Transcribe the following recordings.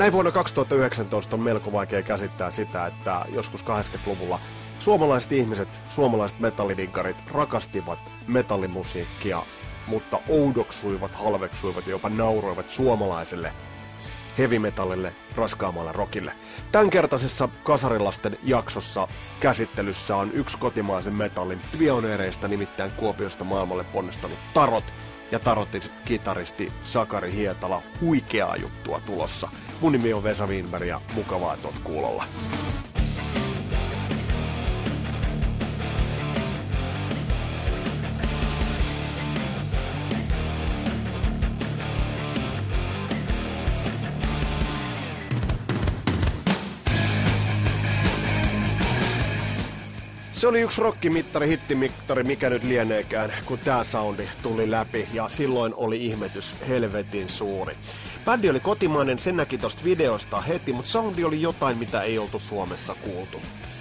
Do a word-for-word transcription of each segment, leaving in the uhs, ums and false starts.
näin vuonna kaksituhattayhdeksäntoista on melko vaikea käsittää sitä, että joskus kahdeksankymmentäluvulla suomalaiset ihmiset, suomalaiset metallivinkarit rakastivat metallimusiikkia, mutta oudoksuivat, halveksuivat ja jopa nauroivat suomalaiselle heavy metallille, raskaammalle rockille. Tämänkertaisessa Kasarilasten jaksossa käsittelyssä on yksi kotimaisen metallin pioneereista, nimittäin Kuopiosta maailmalle ponnistanut Tarot ja Tarotin kitaristi Sakari Hietala. Huikeaa juttua tulossa. Mun nimi on Vesa Wienberg ja mukavaa, että oot kuulolla. Se oli yksi rockimittari, hittimittari, mikä nyt lieneekään, kun tää soundi tuli läpi, ja silloin oli ihmetys helvetin suuri. Bändi oli kotimainen, sen näki tosta videosta heti, mutta soundi oli jotain, mitä ei oltu Suomessa kuultu.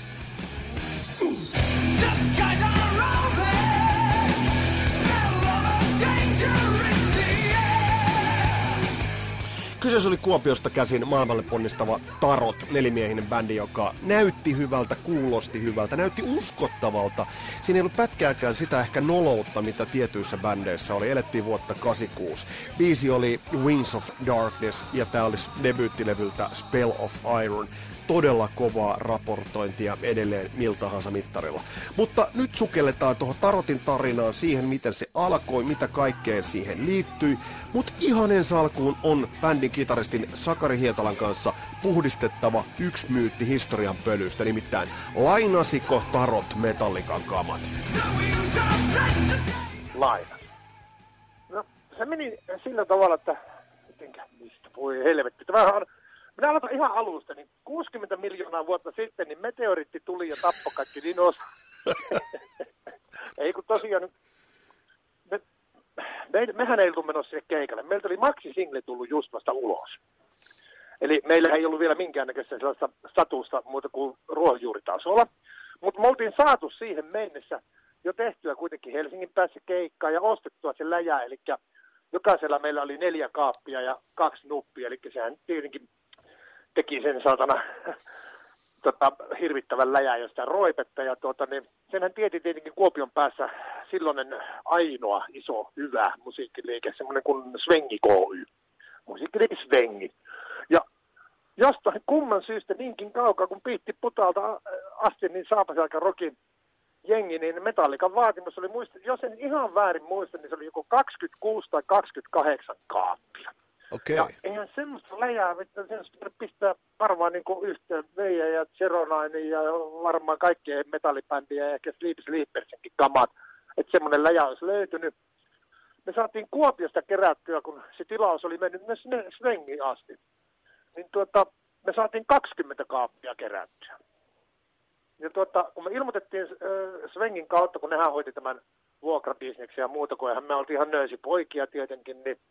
Kyseessä oli Kuopiosta käsin maailmalle ponnistava Tarot, nelimiehinen bändi, joka näytti hyvältä, kuulosti hyvältä, näytti uskottavalta. Siinä ei ollut pätkääkään sitä ehkä noloutta, mitä tietyissä bändeissä oli. Elettiin vuotta kahdeksankymmentäkuusi. Biisi oli Wings of Darkness ja tää oli debyyttilevyltä Spell of Iron. Todella kovaa raportointia edelleen miltä tahansa mittarilla. Mutta nyt sukelletaan tuohon Tarotin tarinaan, siihen miten se alkoi, mitä kaikkea siihen liittyi. Mutta ihan ensi alkuun on bändin kitaristin Sakari Hietalan kanssa puhdistettava yksi myytti historian pölystä, nimittäin lainasiko Tarot Metallican kamat? Lainas. No se meni sillä tavalla, että mitenkä, mistä voi helvetti. Tämähän on Minä aloitan ihan alusta, niin kuusikymmentä miljoonaa vuotta sitten niin meteoriitti tuli ja tappoi kaikki dinos. Ei kun tosiaan, me, me, mehän ei ollut menossa sinne keikalle. Meiltä oli maxi-single tullut just vasta ulos. Eli meillä ei ollut vielä minkäännäköistä sellaista statusta muuta kuin ruohonjuuritasolla. Mutta me oltiin saatu siihen mennessä jo tehtyä kuitenkin Helsingin päässä keikkaa ja ostettua se läjä. Eli jokaisella meillä oli neljä kaappia ja kaksi nuppia, eli sehän tietenkin teki sen saatana tota, hirvittävän läjän jostain roipetta, ja tuota, niin, senhän tieti tietenkin Kuopion päässä silloinen ainoa iso hyvä musiikkiliike, semmoinen kuin Svengi K Y, musiikkiliike Svengi. Ja jostain kumman syystä niinkin kaukaa, kun piitti Putalta asti, niin Saapaselkä Rockin jengi, niin Metallican vaatimus oli, muista, jos en ihan väärin muista, niin se oli joku kaksikymmentäkuusi tai kaksikymmentäkahdeksan kaappia. Okay. Ja eihän semmoista läjää, että semmoista pistää varmaan niin kuin yhteen Veija ja Zeronainen ja varmaan kaikkien metallibändiä ja ehkä Sleep Sleepersinkin kamat, että semmoinen läjä olisi löytynyt. Me saatiin Kuopiosta kerättyä, kun se tilaus oli mennyt myös Svengiin asti. Niin tuota, me saatiin kaksikymmentä kaappia kerättyä. Ja tuota, kun me ilmoitettiin äh, Svengin kautta, kun nehän hoiti tämän vuokrabisneksen ja muuta, kun eihän me oltiin ihan nöysi poikia tietenkin, niin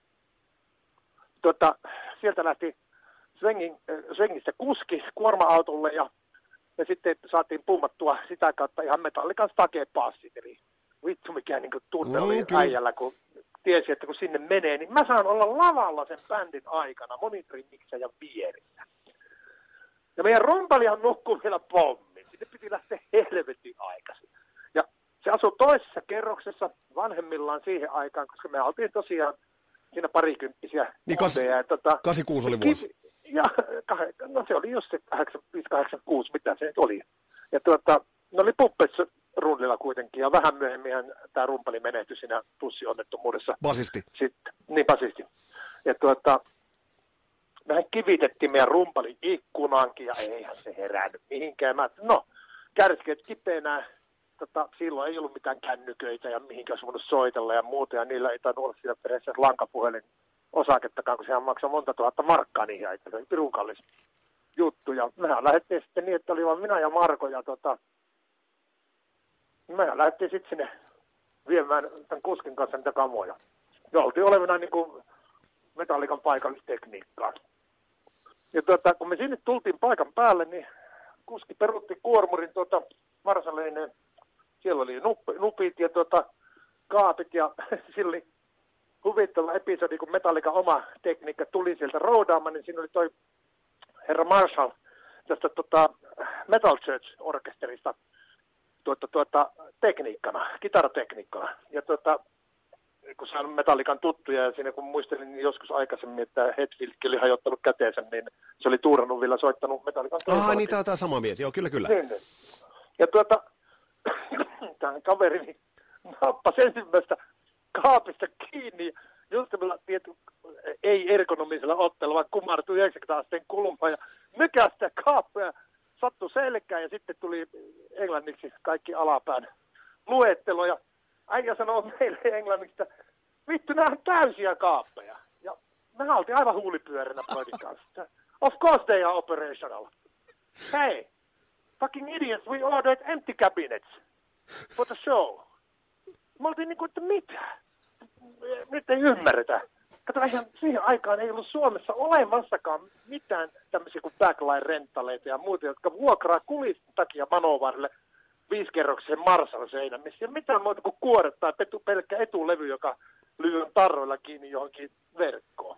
Tuota, sieltä lähti Svengin, äh, Svengistä kuski kuorma-autolle ja, ja sitten saatiin pummattua sitä kautta ihan Metallican takepassit. Eli vittu mikä niin kuin tunne oli okay. äijällä, kun tiesi, että kun sinne menee, niin mä saan olla lavalla sen bändin aikana monitorimiksä ja vierissä. Ja meidän rumpalihan nukkuu vielä pommin. Sinne piti lähteä helvetin aikaisin. Ja se asui toisessa kerroksessa vanhemmillaan siihen aikaan, koska me oltiin tosiaan siinä parikymppisiä. Niin kas, ja, tota, kahdeksankymmentäkuusi oli vuosi. Ja, no se oli just se kahdeksankymmentäviisi kahdeksankymmentäkuusi, mitä se nyt oli. Ja tuota, ne oli Puppets rundilla kuitenkin, ja vähän myöhemmin tämä rumpali menehtyi siinä bussionnettomuudessa. Basisti. Sitten, niin, basisti. Ja tuota, mehän kivitettiin meidän rumpalin ikkunaankin, ja eihän se herännyt mihinkään. Mä, no, kärskeet kipeänä. Tota, silloin ei ollut mitään kännyköitä ja mihinkään olisi voinut soitella ja muuta, ja niillä ei tainnut olla siinä perässä lankapuhelin osakettakaan, kun sehän maksaa monta tuhatta markkaa niihin aikaan. Se oli pirun kallis juttu, ja mehän lähdettiin sitten niin, että oli vain minä ja Marko, ja tota, mehän lähdettiin sitten sinne viemään tämän kuskin kanssa niitä kamoja. Me oltiin olevina niin kuin Metallican paikallistekniikkaa. Ja tota, kun me sinne tultiin paikan päälle, niin kuski peruutti kuormurin tuota Marsaleineen. Siellä oli nupit ja tuota, kaapit ja sillä oli huvittava episodi, kun Metallican oma tekniikka tuli sieltä roudaamaan, niin siinä oli toi herra Marshall tästä tota, Metal Church-orkesterista tuota, tuota, tekniikkana, kitaratekniikkana. Ja tuota, kun se on Metallican tuttuja, ja siinä kun muistelin niin joskus aikaisemmin, että Hetfieldkin oli hajottanut käteensä, niin se oli tuurannut vielä soittanut Metallican. Ah, niin tämä on sama mies, joo, kyllä, kyllä. Niin, niin. Ja tuota, tämän kaverini nappasi ensimmäistä kaapista kiinni, just tämmöllä tietty, ei ergonomisella otteella, vaan kumartui yhdeksänkymmentä asteen kulmaan, ja nykäsi sitä kaappia, sattui selkään, ja sitten tuli englanniksi kaikki alapään luettelo, ja äijä sanoo meille englanniksi, että vittu, nämä on täysiä kaappeja. Ja me oltiin aivan huulipyöränä poikin kanssa. Of course they are operational. Hey, fucking idiots, we ordered empty cabinets for the show. Me oltiin niinku, että mitä? Nyt ei ymmärretä. Kato, eihän siihen aikaan ei ollut Suomessa olemassakaan mitään tämmöisiä kuin backline-rentaleita ja muuta, jotka vuokraa kulistin takia Manovarille viisikerroksisen Marshall-seinän, missä ei ole mitään muuta kuin kuoret tai petu, pelkkä etulevy, joka lyy tarroilla kiinni johonkin verkkoon.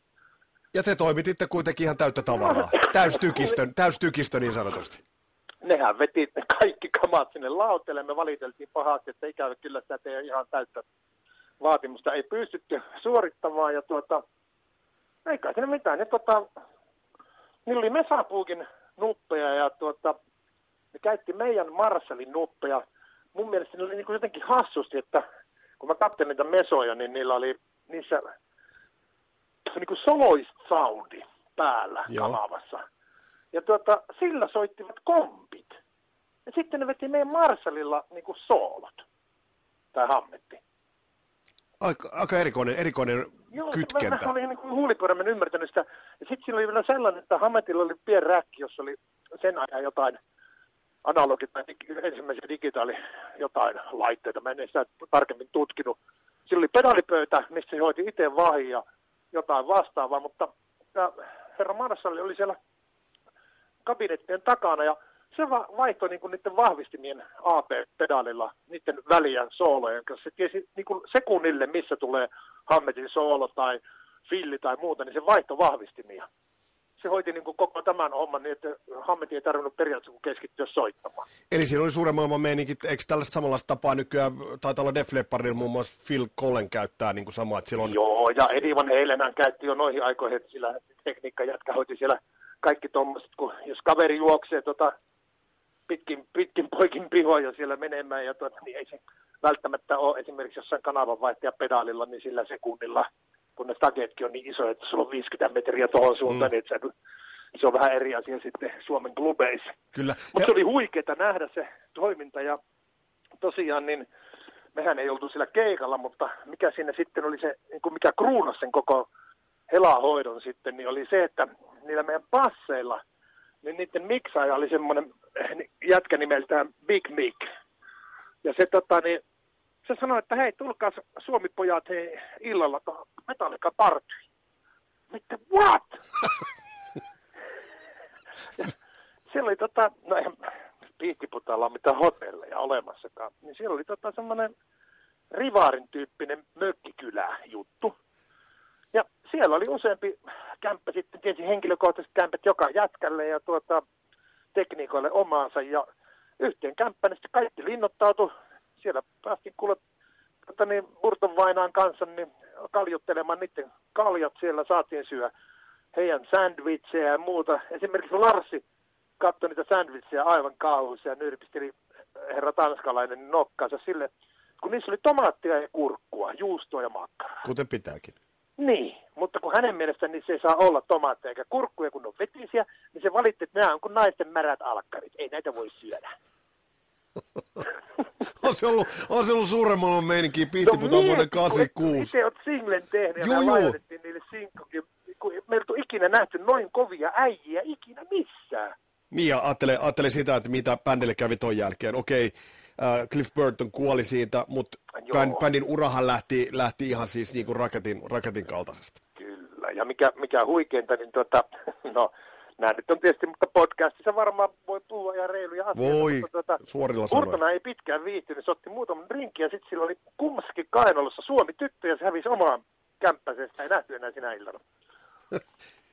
Ja te toimititte kuitenkin ihan täyttä tavaraa. Täystykistö, täystykistö niin sanotusti. Nehän veti ne kaikki kamat sinne lauteelle. Me valiteltiin pahasti, että ikävä kyllä sitä teidän ihan täyttä vaatimusta ei pystytty suorittamaan. Ja tuota, ei kai siinä mitään. Ne, tuota, niillä oli Mesapuukin nuppeja ja tuota, ne käytti meidän Marshallin nuppeja. Mun mielestä ne oli niin kuin jotenkin hassusti, että kun mä katselin niitä mesoja, niin niillä oli niissä niin kuin soloist soundi päällä Joo. kanavassa. Ja tuota, sillä soittivat kompit. Ja sitten ne veti meidän Marshallilla niin kuin soolot. Tai hammetti. Aika, aika erikoinen, erikoinen Joo, kytkentä. Mä olin niin kuin huulipyörämmin ymmärtänyt sitä. Ja sitten siinä oli vielä sellainen, että hammetilla oli pieni räkki, jossa oli sen ajan jotain analogi- tai ensimmäisiä digitaali jotain laitteita. Mä en sitä tarkemmin tutkinut. Sillä oli pedaalipöytä, mistä se hoiti itse vahin ja jotain vastaavaa, mutta herra Marshall oli siellä kabinettien takana ja se va- vaihtoi niin kuin niiden vahvistimien A P-pedaalilla niiden väliä soolojen kanssa. Se tiesi niin kuin sekunnille, missä tulee hammetin soolo tai filli tai muuta, niin se vaihtoi vahvistimia. Se hoiti niin kuin koko tämän homman niin, että hammetin ei tarvinnut periaatteessa keskittyä soittamaan. Eli siinä oli suuren maailman meininki, eikö tällaista samanlaista tapaa nykyään, taitaa olla Def Leppardilla muun muassa Phil Collen käyttää niin kuin samaa, että silloin... Joo, ja Eddie Van Halenhan käytti jo noihin aikoihin, että sillä tekniikkajätkä hoiti siellä kaikki tuommoiset, kun jos kaveri juoksee tota, pitkin, pitkin poikin pihoja siellä menemään, ja tuota, niin ei se välttämättä ole esimerkiksi jossain kanavanvaihtaja pedaalilla, niin sillä sekunnilla, kun ne stagetkin on niin isoja, että sulla on viisikymmentä metriä tuohon suuntaan, mm. niin se, se on vähän eri asia sitten Suomen klubeissa. Kyllä. Mutta se oli huikeeta nähdä se toiminta, ja tosiaan niin mehän ei oltu sillä keikalla, mutta mikä siinä sitten oli se, niin kuin mikä kruunasi sen koko helahoidon sitten, niin oli se, että niillä meidän passeilla, niin niiden miksaaja oli semmoinen jätkä nimeltään Big Mick. Ja se, tota, niin, se sanoi, että hei, tulkaa Suomi-pojat hei, illalla Metallica party. Mitä, what? Ja siellä oli tota, no eihän Pihtiputaalla ole mitään hotelleja olemassakaan, niin siellä oli tota semmoinen Rivaarin tyyppinen mökkikylä-juttu. Ja siellä oli useampi kämppä sitten, tietysti henkilökohtaiset kämppät joka jätkälle ja tuota, tekniikoille omaansa. Ja yhteen kämppään sitten kaikki linnoittautui. Siellä päästiin kuule tuota, niin, Burtonvainaan kanssa niin, kaljuttelemaan niiden kaljat. Siellä saatiin syödä heidän sandwicheja ja muuta. Esimerkiksi Larsi katsoi niitä sandwicheja aivan kauhuissa ja nyrpisteli herra tanskalainen nokkaansa sille, kun niissä oli tomaattia ja kurkkua, juustoa ja makkaraa. Kuten pitääkin. Niin, mutta kun hänen mielestään niissä ei saa olla tomaatteja eikä kurkkuja, kun ne on vetisiä, niin se valitti, että nämä on kuin naisten märät alkkarit. Ei näitä voi syödä. on, se ollut, on se ollut suuremmalla meininkiä Pihtiputaan no, vuoden kahdeksankymmentäkuusi. Itse olet singlen tehnyt ja me laitettiin niille sinkkukin. Meillä on ikinä nähty noin kovia äijiä ikinä missään. Niin ja ajattele, ajattele sitä, että mitä bändille kävi ton jälkeen. Okei, äh, Cliff Burton kuoli siitä, mutta bänd, bändin urahan lähti, lähti ihan siis niin kuin raketin, raketin kaltaisesta. Kyllä, ja mikä, mikä huikeinta, niin tota, no nämä nyt on tietysti, mutta podcastissa varmaan voi puhua ihan reiluja asioita. Voi, mutta, tuota, suorilla sanoilla. Burtona ei pitkään viihtynyt, se otti muutaman rinkin ja sitten sillä oli kummassakin kainalossa Suomi-tyttö ja se hävisi omaan kämppäsestä, ei nähty enää sinä illana.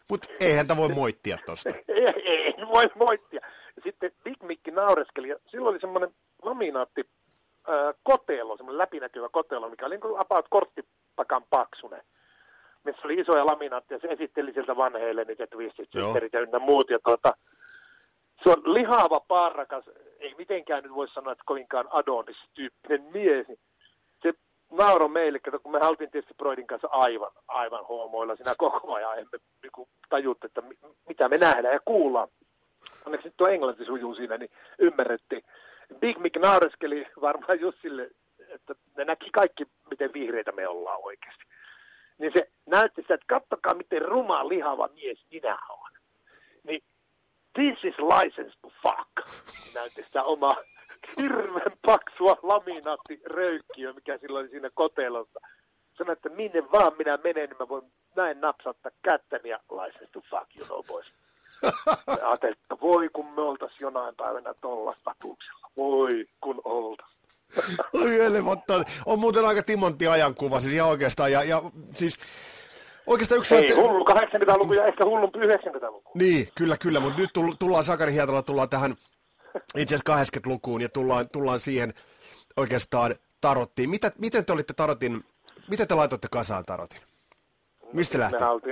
Mutta eihän sitä voi moittia tosta. ei, ei, ei voi moittia. Ja sitten Big Mick naureskeli, ja silloin oli semmoinen laminaatti ää, kotelo, semmoinen läpinäkyvä kotelo, mikä oli niin kuin about korttipakan paksunen, missä oli isoja laminaatteja, se esitteli sieltä vanheille niitä twistit, sisterit ja ynnä muut, ja tuota, se on lihava, parrakas, ei mitenkään nyt voi sanoa, että kovinkaan Adonis-tyyppinen mies, niin se nauroi meille, kun me haltiin tietysti Broidin kanssa aivan, aivan hoomoilla siinä koko ajan, emme niin tajuttu, että mitä me nähdään ja kuullaan. Onneksi nyt tuo englanti sujuu siinä, niin ymmärrettiin. Big Mick naureskeli varmaan just sille, että ne näki kaikki, miten vihreitä me ollaan oikeasti. Niin se näytti sitä, että katsokaa, miten ruma, lihava mies minä olen. Niin this is license to fuck. Näytti sitä omaa hirveän paksua laminaattiröykkiä, mikä silloin oli siinä kotelossa. Sanoi, että minne vaan minä menen, niin mä voin näin napsattaa kättäni ja license to fuck, you know boys. Ajattelin, että voi kun me oltaisiin jonain päivänä tuolla statuksella. Voi kun oltaisiin. Oi elefantta. On muuten aika Timontti ajankuva, siis ihan oikeastaan. Ja, ja siis oikeastaan yksi... Ei, hullu kahdeksankymmentäluku ja ehkä hullumpi yhdeksänkymmentäluku. Niin, kyllä, kyllä, mutta nyt tullaan Sakari Hietala, tullaan tähän itse asiassa kahdeksankymmentälukuun ja tullaan, tullaan siihen oikeastaan tarottiin. Mitä, miten te olitte tarotin, miten te laitoitte kasaan tarotin? Mistä se lähti? Mehän oltiin,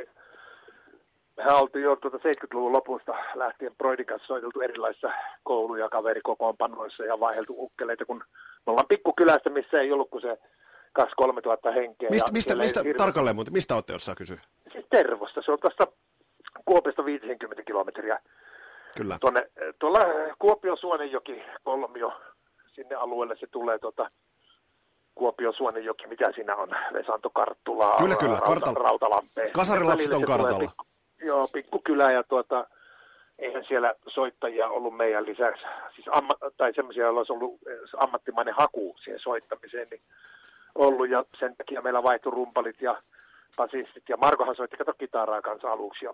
mehän oltiin jo tuota seitsemänkymmentäluvun lopusta lähtien Broidin kanssa soiteltu erilaisissa koulu- ja kaverikokoonpanoissa ja vaihdeltu ukkeleita, kun me ollaan pikkukylästä, missä ei ollut kuin se kaksi kolme tuhatta henkeä. Mistä, mistä, mistä hirve... tarkalleen muuten, mistä olette jossain kysyä? Siis Tervosta, se on tuosta Kuopiosta viisikymmentä kilometriä. Kyllä. Tuonne, tuolla Kuopio-Suonenjoki kolmio, sinne alueelle se tulee tuota Kuopio-Suonenjoki, mitä siinä on, Vesanto Karttula, kyllä, kyllä. Rauta, Kartal... Rautalampeen. Kasarilapset on kartalla. Pikku, joo, pikkukylä ja tuota, eihän siellä soittajia ollut meidän lisäksi, siis amma, tai semmoisia, joilla olisi ollut ammattimainen haku siihen soittamiseen, niin ollut, ja sen takia meillä vaihtui rumpalit ja basistit, ja Markohan soitti, kato kitaraa kanssa aluksi. Ja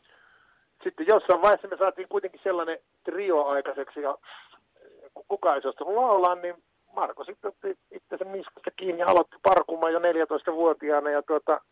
sitten jossain vaiheessa me saatiin kuitenkin sellainen trio aikaiseksi, ja kun kukaan ei suostunut laulaa, niin Marko sitten otti itsensä niskasta kiinni ja aloitti parkumaan jo neljätoistavuotiaana, ja tuota,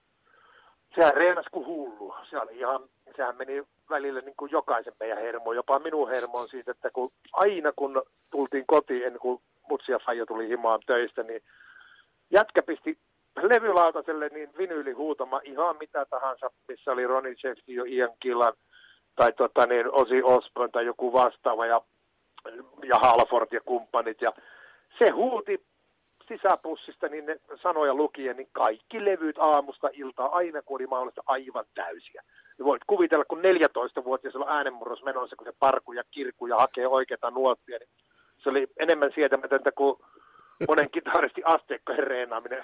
sehän reenasi kuin hullu. Se oli ihan, sehän meni välillä niin kuin jokaisen meidän hermoon, jopa minun hermoon siitä, että kun aina kun tultiin kotiin, ennen kuin mutsi ja faija tuli himaan töistä, niin jätkä pisti levylautaselle niin vinyyli huutama ihan mitä tahansa, missä oli Ronnie Jackson jo Ian Gillan tai tota, niin Ozzy Osbourne tai joku vastaava ja, ja Halford ja kumppanit. Ja se huuti sisäpussista niin ne sanoja lukien, niin kaikki levyt aamusta iltaa aina kun oli mahdollista aivan täysiä. Ja voit kuvitella, kun neljätoistavuotias on äänenmurros menossa, kun se parku ja kirku ja hakee oikeata nuottia, niin se oli enemmän sietämätöntä kuin monen kitaristi asteikkojen reenaaminen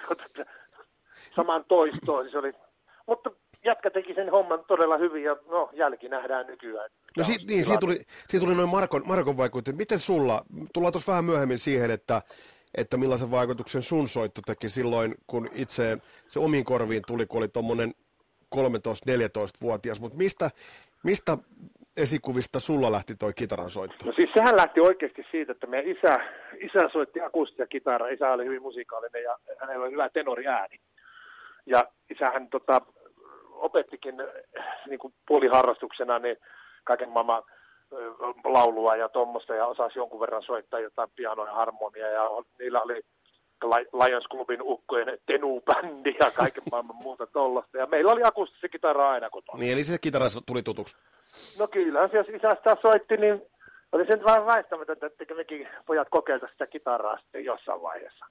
saman toistoon. Se oli, mutta jätkä teki sen homman todella hyvin ja no, jälki nähdään nykyään. No si- niin, siitä tuli, siitä tuli noin Markon, Markon vaikutukset. Miten sulla, tullaan tuossa vähän myöhemmin siihen, että, että millaisen vaikutuksen sun soitto teki silloin, kun itse se omiin korviin tuli, kun oli tuommoinen kolmetoista-neljätoista-vuotias, mutta mistä, mistä esikuvista sulla lähti toi kitaran soitto? No siis sehän lähti oikeasti siitä, että meidän isä, isä soitti akustia kitaraa. Isä oli hyvin musikaalinen ja hänellä oli hyvä tenoriääni. Ja isähän tota, opettikin niin kuin puoliharrastuksena niin kaiken maailman laulua ja tuommoista ja osasi jonkun verran soittaa jotain pianoa ja harmonia. Ja niillä oli Lions Clubin ukkojen tenubändi ja kaiken maailman muuta tollasta. Ja meillä oli akustisia kitaraa aina kotona. Niin, eli se kitara tuli tutuksi. No kyllä, jos isä sitä soitti, niin oli se vähän väistämätöntä, että mekin pojat kokeilta sitä kitaraa sitten jossain vaiheessa.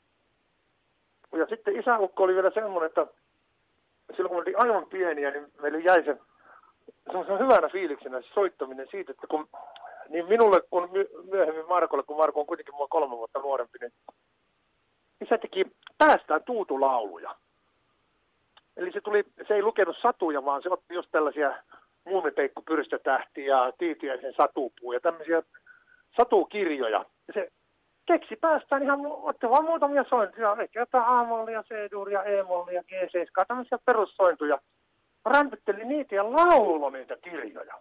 Ja sitten isäukko oli vielä semmoinen, että silloin kun me oltiin aivan pieniä, niin meille jäi se semmoisen hyvänä fiiliksenä se soittaminen siitä, että kun niin minulle kun myöhemmin Markolle, kun Marko on kuitenkin mua kolme vuotta nuorempi, niin isä teki päästään tuutulauluja. Eli se, tuli, se ei lukenut satuja, vaan se otti just tällaisia Muumipeikku Pyrstötähti ja Tiitiäisen satupuu ja tämmöisiä satukirjoja. Ja se keksi päästään ihan, otti vaan muutamia sointuja, ehkä jotain A-mollia, C-duuria, E-mollia, G seitsemän, tämmöisiä perussointuja. Rämpytteli niitä ja laulo niitä kirjoja.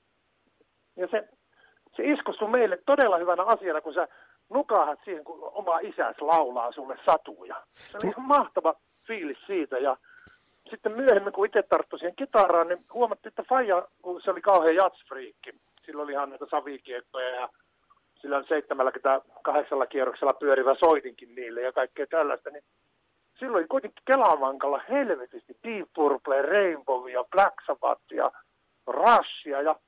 Ja se, se iskostui meille todella hyvänä asiana, kun sä nukahat siihen, kun oma isäsi laulaa sulle satuja. Se oli ihan mahtava fiilis siitä ja sitten myöhemmin, kun itse tarttui siihen kitaraan, niin huomattiin, että faija, kun se oli kauhean jatsfriikki. Sillä oli ihan näitä savikiekkoja ja sillä seitsemänkymmentäkahdeksan kierroksella pyörivä soitinkin niille ja kaikkea tällaista. Niin silloin oli kuitenkin Kelavankalla helvetisti Deep Purple, Rainbowia, Black Sabbathia, Rushia ja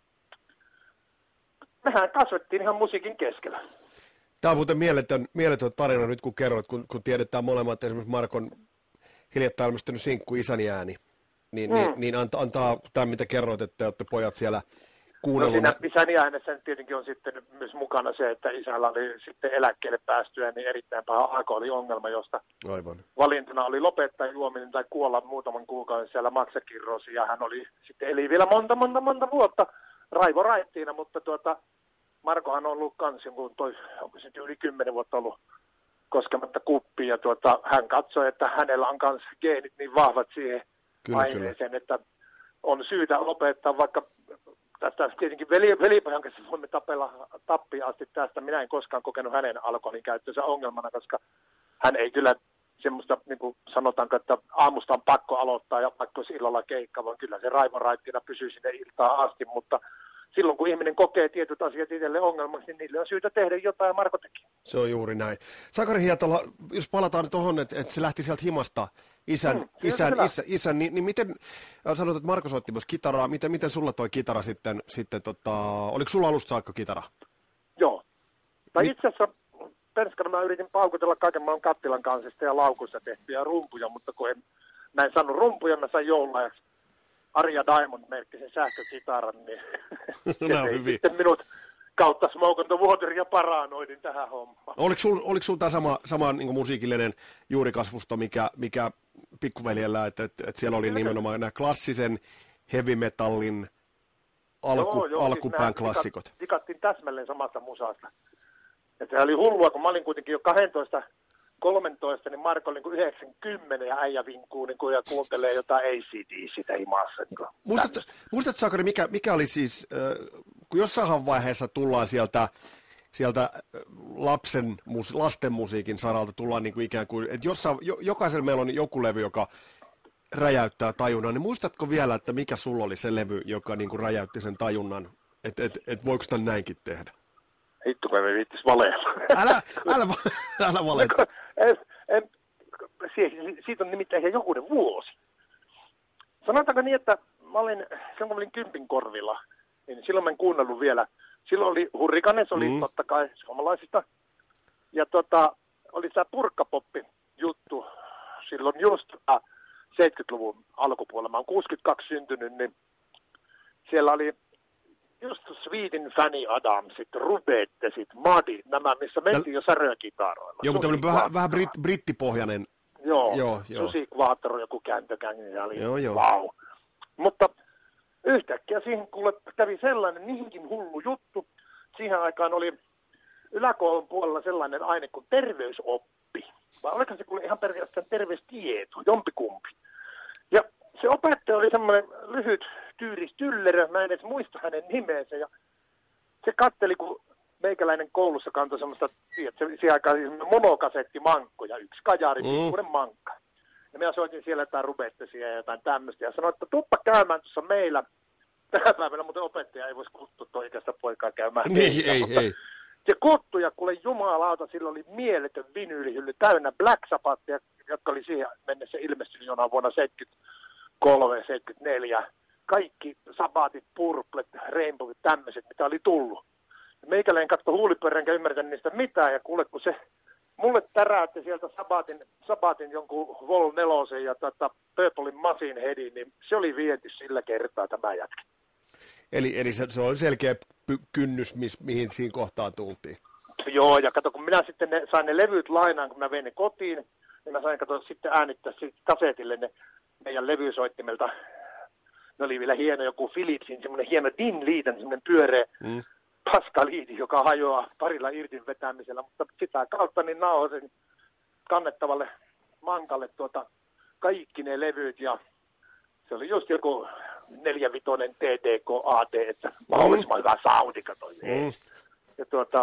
mehän kasvettiin ihan musiikin keskellä. Tämä on muuten mieletön, mieletön tarina nyt, kun kerroit, kun, kun tiedetään molemmat, esimerkiksi Markon hiljattain ilmestynyt sinkku Isäni ääni, niin, mm. niin, niin antaa, antaa tämän, mitä kerroit, että te olette pojat siellä kuunnellut. No siinä Isäni äänessä tietenkin on sitten myös mukana se, että isällä oli sitten eläkkeelle päästyä niin erittäin paha alkoholiongelma, josta Aivan. valintana oli lopettaa juominen tai kuolla muutaman kuukauden siellä maksakirroosi, ja hän oli sitten eli vielä monta, monta, monta vuotta Raivo Raittiina, mutta tuota, Markohan on ollut kans jonkun toi, onko se yli kymmenen vuotta ollut koskematta kuppiin, ja tuota, hän katsoi, että hänellä on kans geenit niin vahvat siihen kyllä, aineeseen, kyllä. Että on syytä lopettaa, vaikka tästä tietenkin veli, velipojan kanssa voimme tapella tappiin asti tästä. Minä en koskaan kokenut hänen alkoholin käyttönsä ongelmana, koska hän ei kyllä semmoista, niin kuin sanotaanko, että aamusta on pakko aloittaa ja pakko illalla keikka, vaan kyllä se Raivo Raittina pysyy sinne iltaan asti, mutta silloin kun ihminen kokee tietyt asiat itselleen ongelmaksi, niin niille on syytä tehdä jotain, ja Marko teki. Se on juuri näin. Sakari Hietala, jos palataan tuohon, että, että se lähti sieltä himasta isän, mm, isän, isä, isän niin, niin miten, sanoit, että Marko soitti myös kitaraa, miten, miten sulla toi kitara sitten, sitten tota, oliko sulla alusta saakka kitara? Joo. Tai Mi- itse asiassa perskana mä yritin paukutella kaiken maan kattilan kansista ja laukussa tehtyjä rumpuja, mutta kun en, mä en saanut rumpuja, mä sain joululahjaksi Arja Diamond-merkkisen sähkökitaran, niin no, se hyvin. Sitten minut kautta Smoke on the Water ja paranoidin tähän hommaan. Oliko sul, oliko sul tämä sama, sama niin musiikillinen juurikasvusto, mikä, mikä pikkuveljellä, että, että, että siellä oli nimenomaan nämä klassisen heavy metallin alku, joo, joo, alkupään siis klassikot? Tikattiin täsmälleen samasta musasta. Ja se oli hullua, kun mä olin kuitenkin jo kaksitoista kolmetoista, niin Marko oli niin yhdeksänkymmentä ja äijä vinkuu niin ja kuuntelee jotain A C D sitä himassa. Niin muistatko, muistatko Sakari, mikä, mikä oli siis, äh, kun jossain vaiheessa tullaan sieltä, sieltä lapsen, lasten musiikin saralta, tullaan niin kuin ikään kuin, että jossain, jo, jokaisella meillä on joku levy, joka räjäyttää tajunnan, niin muistatko vielä, että mikä sulla oli se levy, joka niin kuin räjäytti sen tajunnan, että et, et voiko sitä näinkin tehdä? Hittu, kun me viittis valeella. Älä, älä, älä valeta. Siitä on nimittäin ihan jokunen vuosi. Sanotaanko niin, että mä olin, silloin kun mä olin kympin korvilla, niin silloin mä en kuunnellut vielä. Silloin oli Hurrikanes, oli mm. totta kai suomalaisista. Ja tota, oli tämä purkkapoppi-juttu silloin just seitsemänkymmentäluvun alkupuolella. Mä oon kuusikymmentäkaksi syntynyt, niin siellä oli just Sweden Fanny Adamsit, Rubettesit, Madit, nämä, missä mentiin jo särökitaroilla. Joo, mutta tämmöinen vähän, vähän brit, brittipohjainen. Joo, joo, joo. Susi Quattro, joku kääntökängi, niin oli joo, joo. Wow. Mutta yhtäkkiä siihen kuule kävi sellainen niinkin hullu juttu. Siihen aikaan oli yläkoulun puolella sellainen aine kuin terveysoppi. Vai oliko se kuule ihan pelkästään terveystieto, jompikumpi. Ja se opettaja oli semmoinen lyhyt tyyris tyllerö, mä en edes muista hänen nimeensä. Ja se katteli, kun meikäläinen koulussa kantoi semmoista, tiedätkö, siihen aikaan monokasettimankko ja yksi kajari, pikkuinen mm. mankka. Ja minä soitin siellä jotain rubettisia ja jotain tämmöistä ja sanoin, että tuppa käymään tuossa meillä. Tänä päivänä muuten opettaja ei voisi kutsua tuo ikäistä poikaa käymään. Niin, ei, ei. Se kuttu ja kuule jumalauta, sillä oli mieletön vinyylihylly täynnä Black Sabbathia, jotka oli siihen mennessä ilmestynyt jonain vuonna seitsemänkymmentäkolme seitsemänkymmentäneljä. Kaikki Sabbathit, Purplet, Rainbowit, tämmöiset, mitä oli tullut. Meikäläinen katsoi huulipyörän enkä ymmärtänyt niistä mitään, ja kuule, kun se mulle täräytti sieltä Sabbatin, Sabbatin jonkun Vol nelosen ja tota Purplein Machine Headin, niin se oli viety sillä kertaa tämä jätkä. Eli, eli se, se oli selkeä py- kynnys, mis, mihin siinä kohtaan tultiin. Joo, ja kato, kun minä sitten ne, sain ne levyt lainaan, kun mä vein ne kotiin, niin mä sain kato sitten äänittää sitten kasetille ne meidän levysoittimelta. Ne oli vielä hieno joku Philipsin, semmoinen hieno Din-liitän, semmoinen pyöreä mm. paskaliiti, joka hajoaa parilla irtin vetämisellä, mutta sitä kautta niin nauhoisin kannettavalle mankalle tuota kaikki ne levyt, ja se oli just joku neljävitoinen T D K A T, että mahdollisimman hyvä soundi, katsoin. Mm. Ja tuota,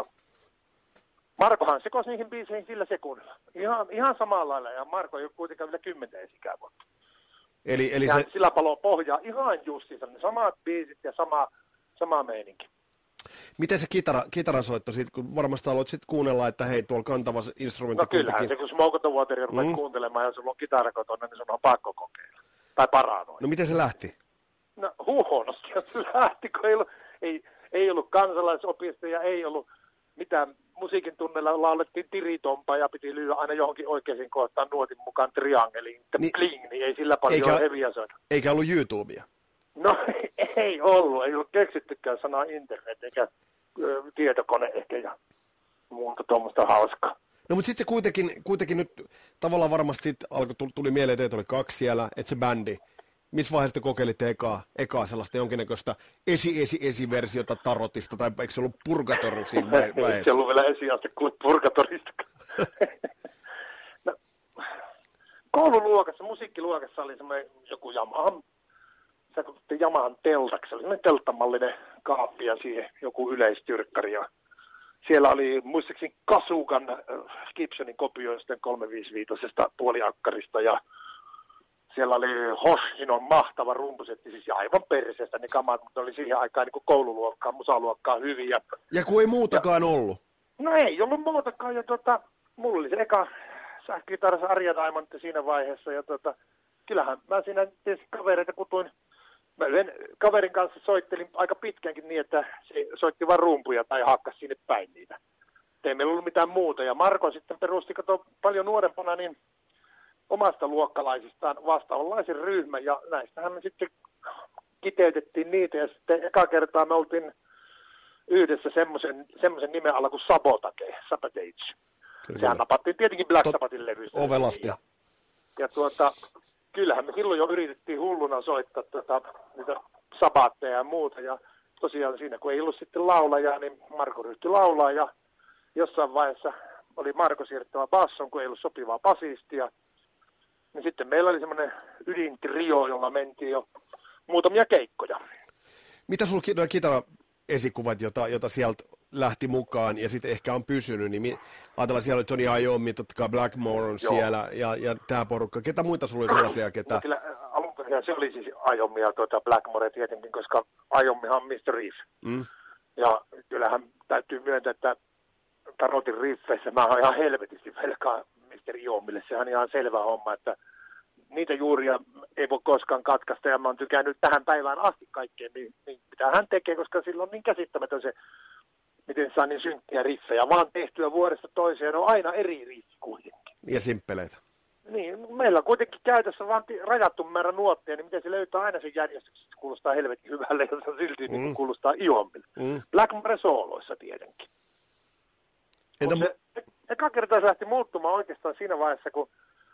Markohan sekosi niihin biiseihin sillä sekunnilla. Ihan, ihan samalla lailla, ja Marko ei ole kuitenkaan vielä kymmentä esikää vuotta. Eli, eli ja se... sillä palo pohjaa ihan justiinsa, ne samat biisit ja sama, sama meininki. Miten se kitara, kitarasoitto, sit, kun varmasti aloit sitten kuunnella, että hei, tuolla kantava instrumentti No kyllähän kuitenkin... se, kun Smoke on the Wateria rupeat mm. kuuntelemaan ja sulla on kitara kotona, niin sun on pakko kokeilla. Tai paranoida. No miten se lähti? No huonosti se lähti, kun ei ollut, ei, ei ollut kansalaisopistoja, ei ollut mitään. Musiikin tunnella laulettiin tiritompa ja piti lyödä aina johonkin oikeisiin kohtaan nuotin mukaan triangeliin. Niin, bling, niin ei sillä paljon eikä, heviä soita. Eikä ollut YouTubea? No ei ollut, ei ollut keksittykään sanaa internet eikä ö, tietokone ehkä ja muuta tuommoista hauskaa. No mutta sitten se kuitenkin, kuitenkin nyt tavallaan varmasti sit alkoi, tuli mieleen, että teitä oli kaksi siellä, että se bändi. Missä vaiheessa te kokeilitte ekaa, ekaa sellaista jonkinnäköistä esi-esi-esiversiota tarotista, tai eikö se ollut Purgatory siinä vaiheessa? Ei se ollut vielä esiaste kuin Purgatorista. No, koululuokassa, musiikkiluokassa oli semmoinen joku Yamahan, se kutsuttiin Yamahan teltaksi, se oli semmoinen telttamallinen kaappi ja siihen joku yleistyrkkari. Ja siellä oli muistaakseni Kasukan äh, Gibsonin kopioisten kolmesataaviisikymmentäviisi puoliakkarista ja siellä oli Hoshinon mahtava rumpusetti, siis aivan perseestä ne kamat, mutta oli siihen aikaan niin koululuokkaa, musaluokkaa hyviä. Ja kun ei muutakaan ja, ollut? No ei ollut muutakaan, ja tota, mulla oli se eka sähkökitarassa Arja Diamond siinä vaiheessa, ja tota, kyllähän mä siinä tietysti kavereita kutuin. Mä yhden kaverin kanssa soittelin aika pitkäänkin niin, että se soitti vaan rumpuja tai hakkas sinne päin niitä. Ei meillä ollut mitään muuta, ja Marko sitten perusti, kato paljon nuorempana, niin omasta luokkalaisistaan vastaavanlaisen ryhmän, ja näistähän me sitten kiteytettiin niitä, ja sitten eka kertaa me oltiin yhdessä semmoisen, semmoisen nimen alla kuin Sabotage, Sabotage. Kyllä. Sehän napattiin tietenkin Black Sabbathin levystä. Ovelasti. Ja, ja tuota, kyllähän me silloin jo yritettiin hulluna soittaa tuota, niitä sabaatteja ja muuta, ja tosiaan siinä kun ei ollut sitten laulajaa, niin Marko ryhtyi laulaa, ja jossain vaiheessa oli Marko siirrettävä basson, kun ei ollut sopivaa basistia. Niin sitten meillä oli semmoinen ydintrio, jolla mentiin jo muutamia keikkoja. Mitä sulla nuo kitara-esikuvat, jota, jota sieltä lähti mukaan ja sitten ehkä on pysynyt, niin ajatellaan siellä oli Tony Iommi, totta kai Blackmore on Joo. siellä ja, ja tämä porukka. Ketä muita sulla oli sellaisia, ketä... No kyllä alun perin se oli siis Iommi ja tuota Blackmore tietenkin, koska Iommihan on mister Riff. Mm. Ja kyllähän täytyy myöntää, että Tarotin riffeissä mä oon ihan helvetisti velkaa mister Iommille. Sehän on ihan selvä homma, että niitä juuria ei voi koskaan katkaista, ja mä oon tykännyt tähän päivään asti kaikkeen, niin, niin mitä hän tekee, koska sillä on niin käsittämätön se, miten saa niin synkkiä riffejä, vaan tehtyä vuodesta toiseen on aina eri riffi kuitenkin. Ja simppeleitä. Niin, meillä on kuitenkin käytössä vaan rajattu määrä nuotteja, niin miten se löytää aina sen järjestyksen, se kuulostaa helvetin hyvälle, ja se silti mm. niin kuulostaa Iommille. Mm. Blackmore sooloissa tietenkin. Entä mu- se, eka kertaa se lähti muuttumaan oikeastaan siinä vaiheessa, kun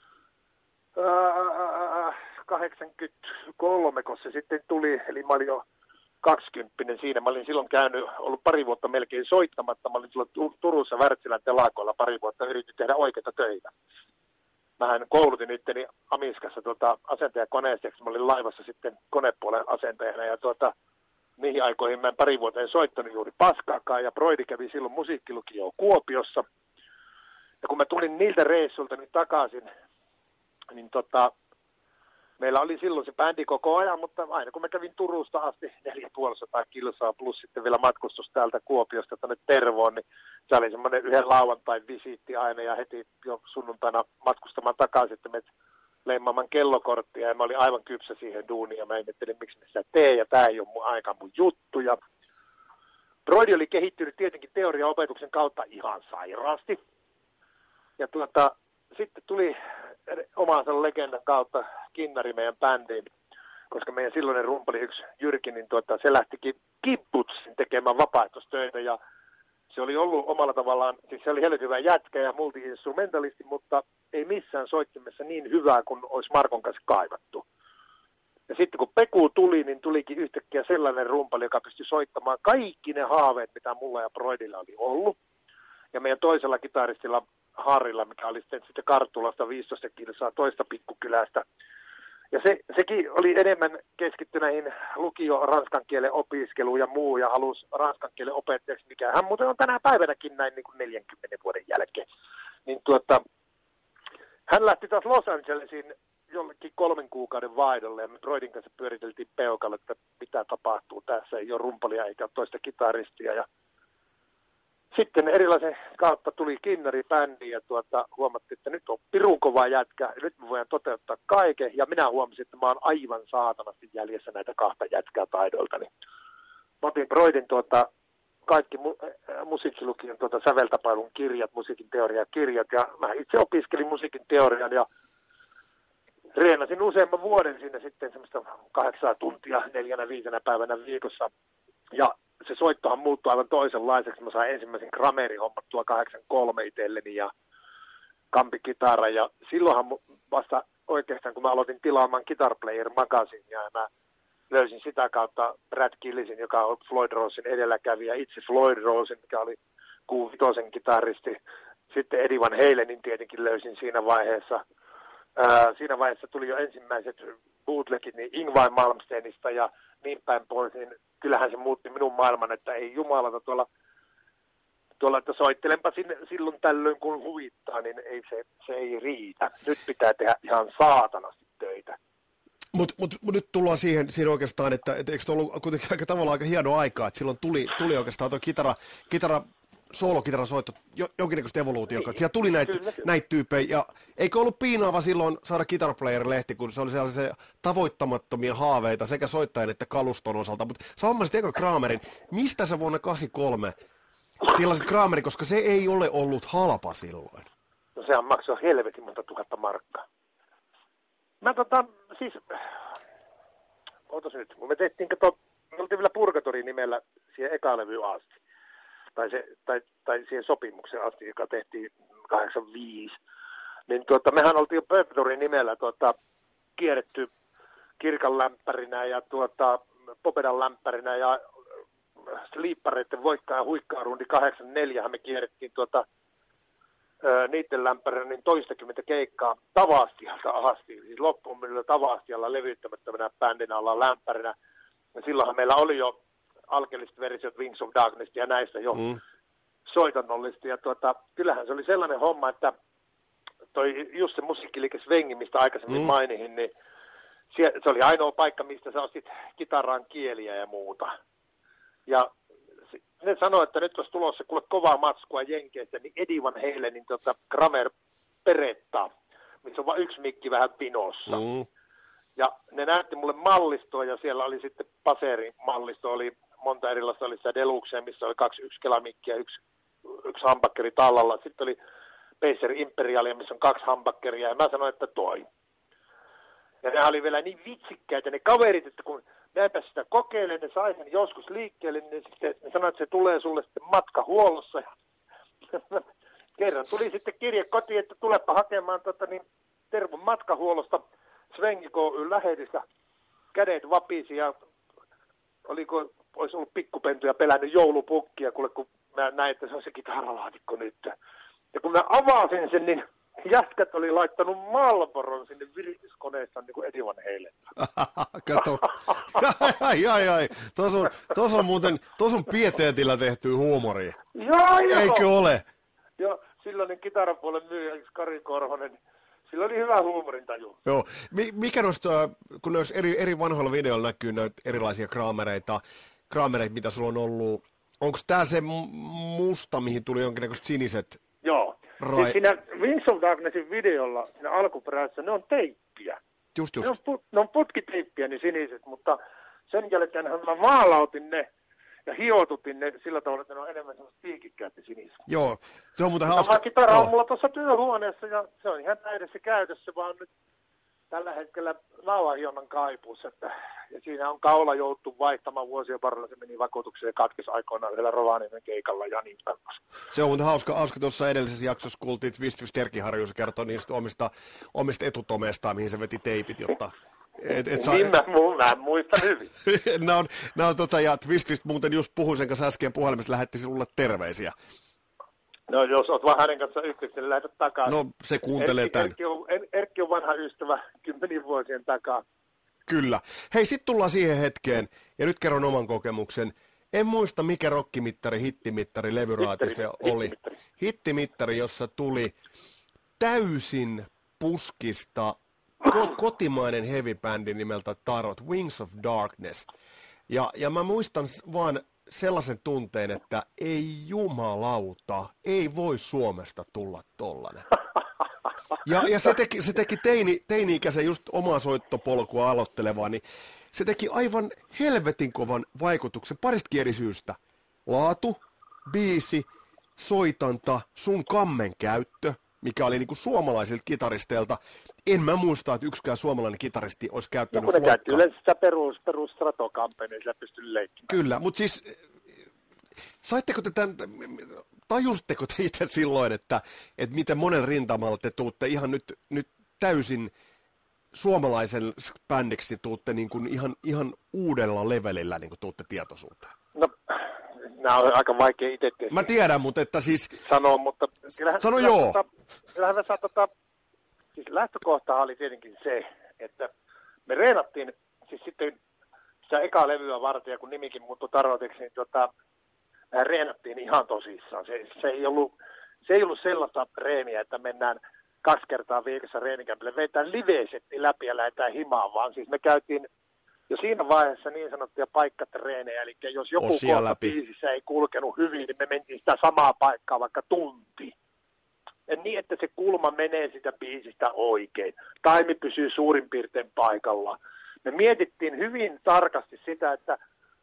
ää, kahdeksankymmentäkolme, kun se sitten tuli, eli mä olin jo kaksikymppinen siinä. Mä olin silloin käynyt, ollut pari vuotta melkein soittamatta. Mä olin silloin Turussa Wärtsilän telakoilla pari vuotta, yritin tehdä oikeita töitä. Mähän koulutin itteni Amiskassa tuota, asentajakoneestaksi. Mä olin laivassa sitten konepuolen asentajana, ja tuota, niihin aikoihin mä en pari vuoteen soittanut juuri paskaakaan, ja Broidi kävi silloin musiikkilukioon Kuopiossa. Ja kun mä tulin niiltä reissulta nyt takaisin, niin tota, meillä oli silloin se bändi koko ajan, mutta aina kun mä kävin Turusta asti neljätuhatta kilsaa plus sitten vielä matkustus täältä Kuopiosta tänne Tervoon, niin se oli semmoinen yhden lauantain visiitti aina, ja heti jo sunnuntaina matkustamaan takaisin, että me leimaamaan kellokorttia, ja mä olin aivan kypsä siihen duuniin, ja mä ihmettelin, miksi mä sitä teen, ja tää ei ole mun, aika mun juttu. Ja Broidi oli kehittynyt tietenkin teoriaopetuksen kautta ihan sairaasti. Ja tuota, sitten tuli omansa legendan kautta Kinnari meidän bändiin, koska meidän silloinen rumpali yksi Jyrki, niin tuota, se lähtikin kibbutsin tekemään vapaaehtoistöitä, ja se oli ollut omalla tavallaan, siis se oli helvetin hyvä jätkä ja multi-instrumentalisti, mutta ei missään soittimessa niin hyvää kuin olisi Markon kanssa kaivattu. Ja sitten kun Peku tuli, niin tulikin yhtäkkiä sellainen rumpali, joka pystyi soittamaan kaikki ne haaveet, mitä mulla ja Broidilla oli ollut. Ja meidän toisella kitaristilla Harrilla, mikä oli sitten, sitten Karttulasta viisitoista kilsaa toista pikkukylästä. Ja se, sekin oli enemmän keskitty näihin lukio ranskan kielen opiskeluun ja muu, ja halusi ranskan kielen opettajaksi, mikä hän muuten on tänä päivänäkin näin niin kuin neljänkymmenen vuoden jälkeen. Niin tuota, hän lähti taas Los Angelesiin jollekin kolmen kuukauden vaihdolle ja me Broidin kanssa pyöriteltiin peukalla, että mitä tapahtuu tässä, ei ole rumpalia eikä ole toista kitaristia. Ja sitten erilaisen kautta tuli kinnaribändi ja tuota, huomattiin, että nyt on pirun kova jätkä ja nyt me voidaan toteuttaa kaiken. Ja minä huomasin, että mä oon aivan saatanasti jäljessä näitä kahta jätkää taidoltani. Mä otin Broidin tuota, kaikki mu- musiikkilukion tuota, säveltapailun kirjat, musiikin teoriakirjat ja mä itse opiskelin musiikin teorian ja reenasin useamman vuoden siinä sitten semmoista kahdeksaa tuntia neljänä viisenä päivänä viikossa. Ja se soittohan muuttui aivan toisenlaiseksi. Mä sain ensimmäisen Kramerin hommattua kahdeksankymmentäkolme itselleni ja kampikitara. Ja silloinhan vasta oikeastaan, kun mä aloitin tilaamaan Guitar Player Magazine ja mä löysin sitä kautta Brad Gillisin, joka on Floyd Rosen edelläkävijä, itse Floyd Rosen, mikä oli Q viisi kitaristi. Sitten Eddie Van Halenin tietenkin löysin siinä vaiheessa. Ää, siinä vaiheessa tuli jo ensimmäiset bootlegit niin Ingvar Malmsteenista ja niin päin pois, niin kyllähän se muutti minun maailman, että ei jumalata tuolla, tuolla että soittelenpa sinne, silloin tällöin kun huvittaa, niin ei se, se ei riitä. Nyt pitää tehdä ihan saatanasti töitä. Mutta mut, mut nyt tullaan siihen, siihen oikeastaan, että et, eikö ollut kuitenkin aika tavallaan aika hieno aikaa, että silloin tuli, tuli oikeastaan tuo kitara, kitara soolokitarasoitto, jo, jonkinnäköistä evoluutiota, niin. Siellä tuli näitä näit tyyppejä, ja eikö ollut piinaava silloin saada Guitar Player-lehti, kun se oli sellaisia tavoittamattomia haaveita sekä soittajan että kaluston osalta, mutta sä hommasit Egon Kramerin, mistä sä vuonna kahdeksankymmentäkolme tilasit Kramerin, koska se ei ole ollut halpa silloin? No sehän maksoi helvetin monta tuhatta markkaa. Mä tota, siis, ootas nyt, me tehtiin, kato, me oltiin vielä Purgatorin nimellä siihen eka levyyn asti. Tai, se, tai, tai siihen sopimukseen asti, joka tehtiin kahdeksankymmentäviisi, niin tuota, mehän oltiin jo Purgatorin nimellä tuota, kierretty Kirkan lämpärinä ja tuota, Popedan lämpärinä ja Sleepareiden voikkaa ja huikkaarundi kahdeksankymmentäneljä me kierrettiin tuota, ää, niiden lämpärinä niin toistakymmentä keikkaa Tavastialta asti, siis loppuun millä Tavastialla levyttämättömänä bändinä ollaan lämpärinä. Ja silloinhan meillä oli jo alkeelliset versiot Wings of Darkness ja näistä jo mm. soitannollista. Ja tuota, kyllähän se oli sellainen homma, että toi just se musiikkiliike Svengi, mistä aikaisemmin mm. mainihin, niin se, se oli ainoa paikka, mistä sä ostit kitaraan kieliä ja muuta. Ja ne sanoi, että nyt olisi tulossa kuule kovaa matskua Jenkeistä, niin Eddie Van Halenin tota, Kramer Peretta, missä on vain yksi mikki vähän pinossa. Mm. Ja ne näytti mulle mallistoa ja siellä oli sitten Paserin mallisto, oli monta erilaista, oli sitä Deluxea, missä oli kaksi yksikkelamikkiä, yksi, yksi hambakkeri tallalla. Sitten oli Pacer Imperialia, missä on kaksi hambakkeria ja mä sanoin, että toi. Ja ne oli vielä niin vitsikkäitä ne kaverit, että kun näinpä sitä kokeilen, ne sai sen joskus liikkeelle, niin sitten ne sanoi, että se tulee sulle sitten matkahuollossa. Ja kerran tuli sitten kirje kotiin, että tulepa hakemaan tota, niin, Tervon matkahuollosta Svengi K Y:n lähetistä. Kädet vapisi ja oliko, olisi ollut pikkupentu ja pelännyt joulupukkia, kuule, kun mä näin, että se on se kitaralaatikko nyt. Ja kun mä avasin sen, niin jätkät oli laittanut Marlboron sinne virityskoneestaan niin kuin Eddie Van Halen. Kato. ai, ai, ai. Tuossa on, tos on muuten, tuossa on pieteetillä tehtyä huumoria. Joo, joo. Eikö ole? Joo, silloinen kitarapuolen myyjä, Kari Korhonen, sillä oli hyvä huumorintaju. Joo. Mikä noista, kun noissa eri, eri vanhoilla videoilla näkyy näitä erilaisia kraamereita, kraamereita, mitä sulla on ollut, onko tämä se musta, mihin tuli jonkinnäköiset siniset? Joo. Rai... Siis siinä Wings of Darknessin videolla, siinä alkuperäisessä, ne on teippiä. Just, just. Ne on, put, ne on putkiteippiä, ne siniset, mutta sen jälkeen mä maalautin ne ja hiotutin ne sillä tavalla, että ne on enemmän semmoista piikikkäät siniset. Joo, se on muuten hauska. Tämä kitara on mulla tuossa työhuoneessa ja se on ihan täydessä käytössä, vaan nyt tällä hetkellä nauhahionnan kaipuussa, että ja siinä on kaula jouttu vaihtamaan vuosien varrella, se meni vakuutukseen ja katkesi aikoinaan yhdellä Rovaniemen keikalla ja niin päin. Se on muuten hauska, hauska tuossa edellisessä jaksossa kuultiin Twist Twist Terkiharju, kertoi niistä omista, omista etutomeistaan, mihin se veti teipit, jotta... Et, et saa... Niin mä, mä muistan hyvin. nämä on, nämä on tota, ja Twist Twist muuten just puhuin sen kanssa äsken puhelimessa, lähetti sinulle terveisiä. No jos olet vaan hänen kanssa yhteydessä, niin lähetä takaisin. No se kuuntelee Erkki, tämän. Erkki on, Erkki on vanha ystävä kymmenien vuosien takaa. Kyllä. Hei, sitten tullaan siihen hetkeen, ja nyt kerron oman kokemuksen. En muista, mikä rokkimittari, hittimittari, levyraati se oli. Hittimittari. Hittimittari, jossa tuli täysin puskista ko- kotimainen heavy-bändi nimeltä Tarot, Wings of Darkness. Ja, ja mä muistan vaan sellaisen tunteen, että ei jumalauta, ei voi Suomesta tulla tollanen. Ja, ja se teki, se teki teini, teini-ikäisen just omaa soittopolkua aloittelevaa, niin se teki aivan helvetin kovan vaikutuksen paristakin eri syystä. Laatu, biisi, soitanta, sun kammen käyttö, mikä oli niinku suomalaisilta kitaristeilta. En mä muista, että yksikään suomalainen kitaristi olisi käyttänyt no, kun ne käytti yleensä sitä perus, perus Stratokampea, niin sillä pystyy leikkimään. Kyllä, mutta siis saitteko te tämän, tajusitteko te itse silloin, että, että miten monen rintamalla te tuutte ihan nyt, nyt täysin suomalaisen bändiksi, tuutte niin kuin ihan, ihan uudella levelillä niin kuin tuutte tietoisuuteen? No, nämä on aika vaikea itse tehdä. Mä tiedän, mutta että siis... Sanoa, mutta... Kyllähän, Sano kyllähän, joo. Tota, kyllähän me saa, tota, siis lähtökohta oli tietenkin se, että me reenattiin, siis sitten sitä ekaa levyä varten, ja kun nimikin muuttui Tarotiksi, niin tota, me reenattiin ihan tosissaan. Se, se, ei ollut, se ei ollut sellaista reeniä, että mennään kaksi kertaa viikossa reenikämpille, vetään live-setti läpi ja lähdetään himaan, vaan siis me käytiin jo siinä vaiheessa niin sanottuja paikkatreenejä, eli jos joku kohta biisissä ei kulkenut hyvin, niin me mentiin sitä samaa paikkaa vaikka tunti. Ja niin, että se kulma menee sitä biisistä oikein. Taimi pysyy suurin piirtein paikalla. Me mietittiin hyvin tarkasti sitä, että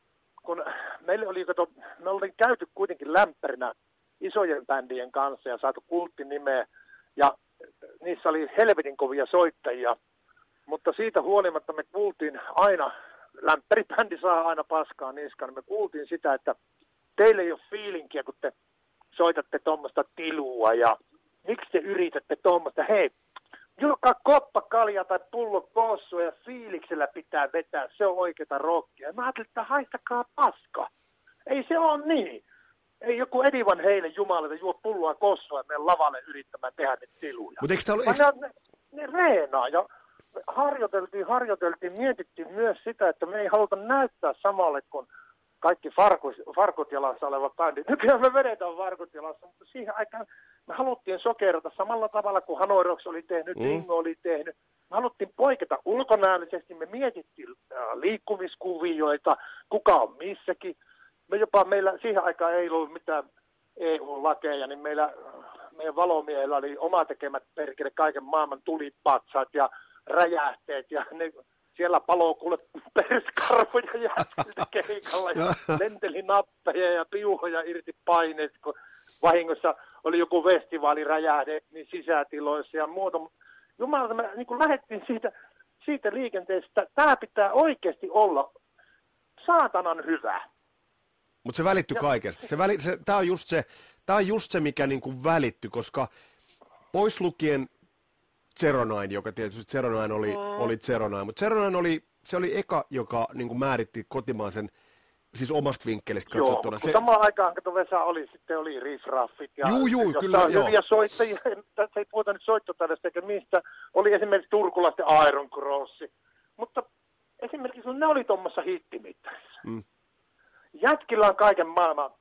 kun meille oli, kato, me oltiin käyty kuitenkin lämpärinä isojen bändien kanssa ja saatu kulttinimeä, ja niissä oli helvetin kovia soittajia, mutta siitä huolimatta me kuultiin aina, lämpäribändi saa aina paskaa niskaan, niin me kuultiin sitä, että teille ei ole fiilinkiä, kun te soitatte tuommoista tilua, ja miksi te yritätte tuommoista, hei, joka koppa kalja tai pullo kossua ja fiiliksellä pitää vetää, se on oikeata rockia. Ja mä ajattelin, että haistakaa paska. Ei se ole niin. Ei joku Eddie Van Halen jumalata juo pulloa kossua ja mene lavalle yrittämään tehdä ne tiluja. Mutta eikö ollut... Eikö... Ne, ne reenaa ja harjoiteltiin, harjoiteltiin, mietittiin myös sitä, että me ei haluta näyttää samalle kuin kaikki farkut, farkut jalassa oleva bändi. Nykyään me vedetään farkut jalassa, mutta siihen aikaan me haluttiin sokerata samalla tavalla kuin Hanoi Rocks oli tehnyt, mm. Dingo oli tehnyt. Me haluttiin poiketa ulkonäöllisesti, me mietittiin äh, liikkumiskuvioita, kuka on missäkin. Me jopa meillä, siihen aikaan ei ollut mitään E U-lakeja, niin meillä, meidän valomiehillä oli oma tekemät perkele kaiken maailman tulipatsat ja räjähteet ja ne... Siellä paloo kuule perskarvoja jätkiltä keikalla ja lenteli nappeja ja piuhoja irti paineet, kun vahingossa oli joku festivaaliräjähde niin sisätiloissa ja muuta. Jumalata, me niin kuin lähdettiin siitä, siitä liikenteestä, tämä pitää oikeasti olla saatanan hyvä. Mutta se välittyi ja, kaikesta. Se väli, se, tämä on just se, tää on just se, mikä niin kuin välittyi, koska pois lukien Zero Nine, joka tietysti Zero Nine oli, mm. oli Zero Nine, mutta Zero Nine oli, se oli eka, joka niin kuin määritti kotimaisen, siis omasta vinkkelistä katsottuna. Joo, se... samaan aikaan, kun Vesa oli, sitten oli riffraffit. Ja juu, juu, kyllä, on joo. Hyviä soittajia, tässä ei puhuta nyt soittotaidosta eikä mistä, oli esimerkiksi turkulaisten Iron Crossi, mutta esimerkiksi ne oli tuommoissa hittimittarissa. Mm. Jätkillä on kaiken maailman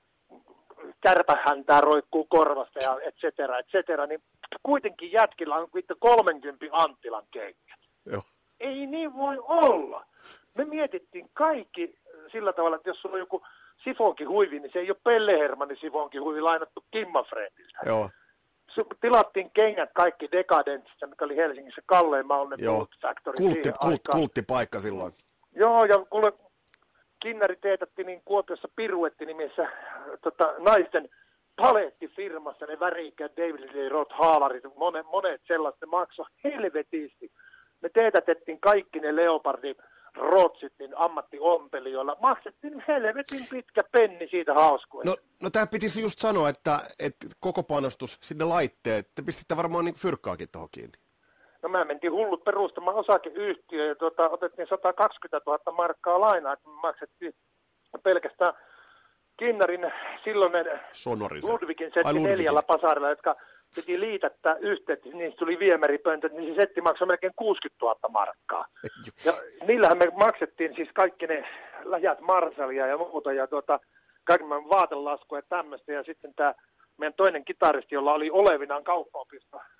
kärpähäntää roikkuu korvasta ja et cetera, et cetera, niin kuitenkin jätkillä on kolmenkymmenen Anttilan kengät. Joo. Ei niin voi olla. Me mietittiin kaikki sillä tavalla, että jos sulla on joku sifonkihuivi, niin se ei ole Pelle Hermannin sifonkihuivi lainattu Kimmafrediltä. Joo. Tilattiin kengät kaikki Decadentista, mikä oli Helsingissä kallein Maunen Boot Factory. Kultti, kult, kulttipaikka silloin. Joo, ja kuule, Kinnari teetätti niin Kuopiossa Piruetti-nimessä tota, naisten palettifirmassa, ne värikkäät David Lee Roth haalarit, monet, monet sellaiset, ne maksoi helvetisti. Me teetätettiin kaikki ne Leopardin Rothsit niin ammattiompelijoilla. Maksettiin helvetin pitkä penni siitä hauskuista. No, no tämä pitisi just sanoa, että, että koko panostus sinne laitteet, te pistitte varmaan niin fyrkkaakin tuohon kiinni. No mä mentiin hullut perustamaan osakeyhtiö ja tuota, otettiin sata kaksikymmentätuhatta markkaa lainaa, kun me maksettiin pelkästään Kinnarin silloinen Ludwigin setti neljällä pasarilla, jotka piti liitättää yhteen, niin tuli viemäripöntöt, niin se setti maksoi melkein kuusikymmentätuhatta markkaa. Ja niillähän me maksettiin siis kaikki ne läjät Marsalia ja muuta ja tuota, kaiken vaatelaskua ja tämmöistä. Ja sitten tämä meidän toinen kitaristi, jolla oli olevinaan kauppaopisto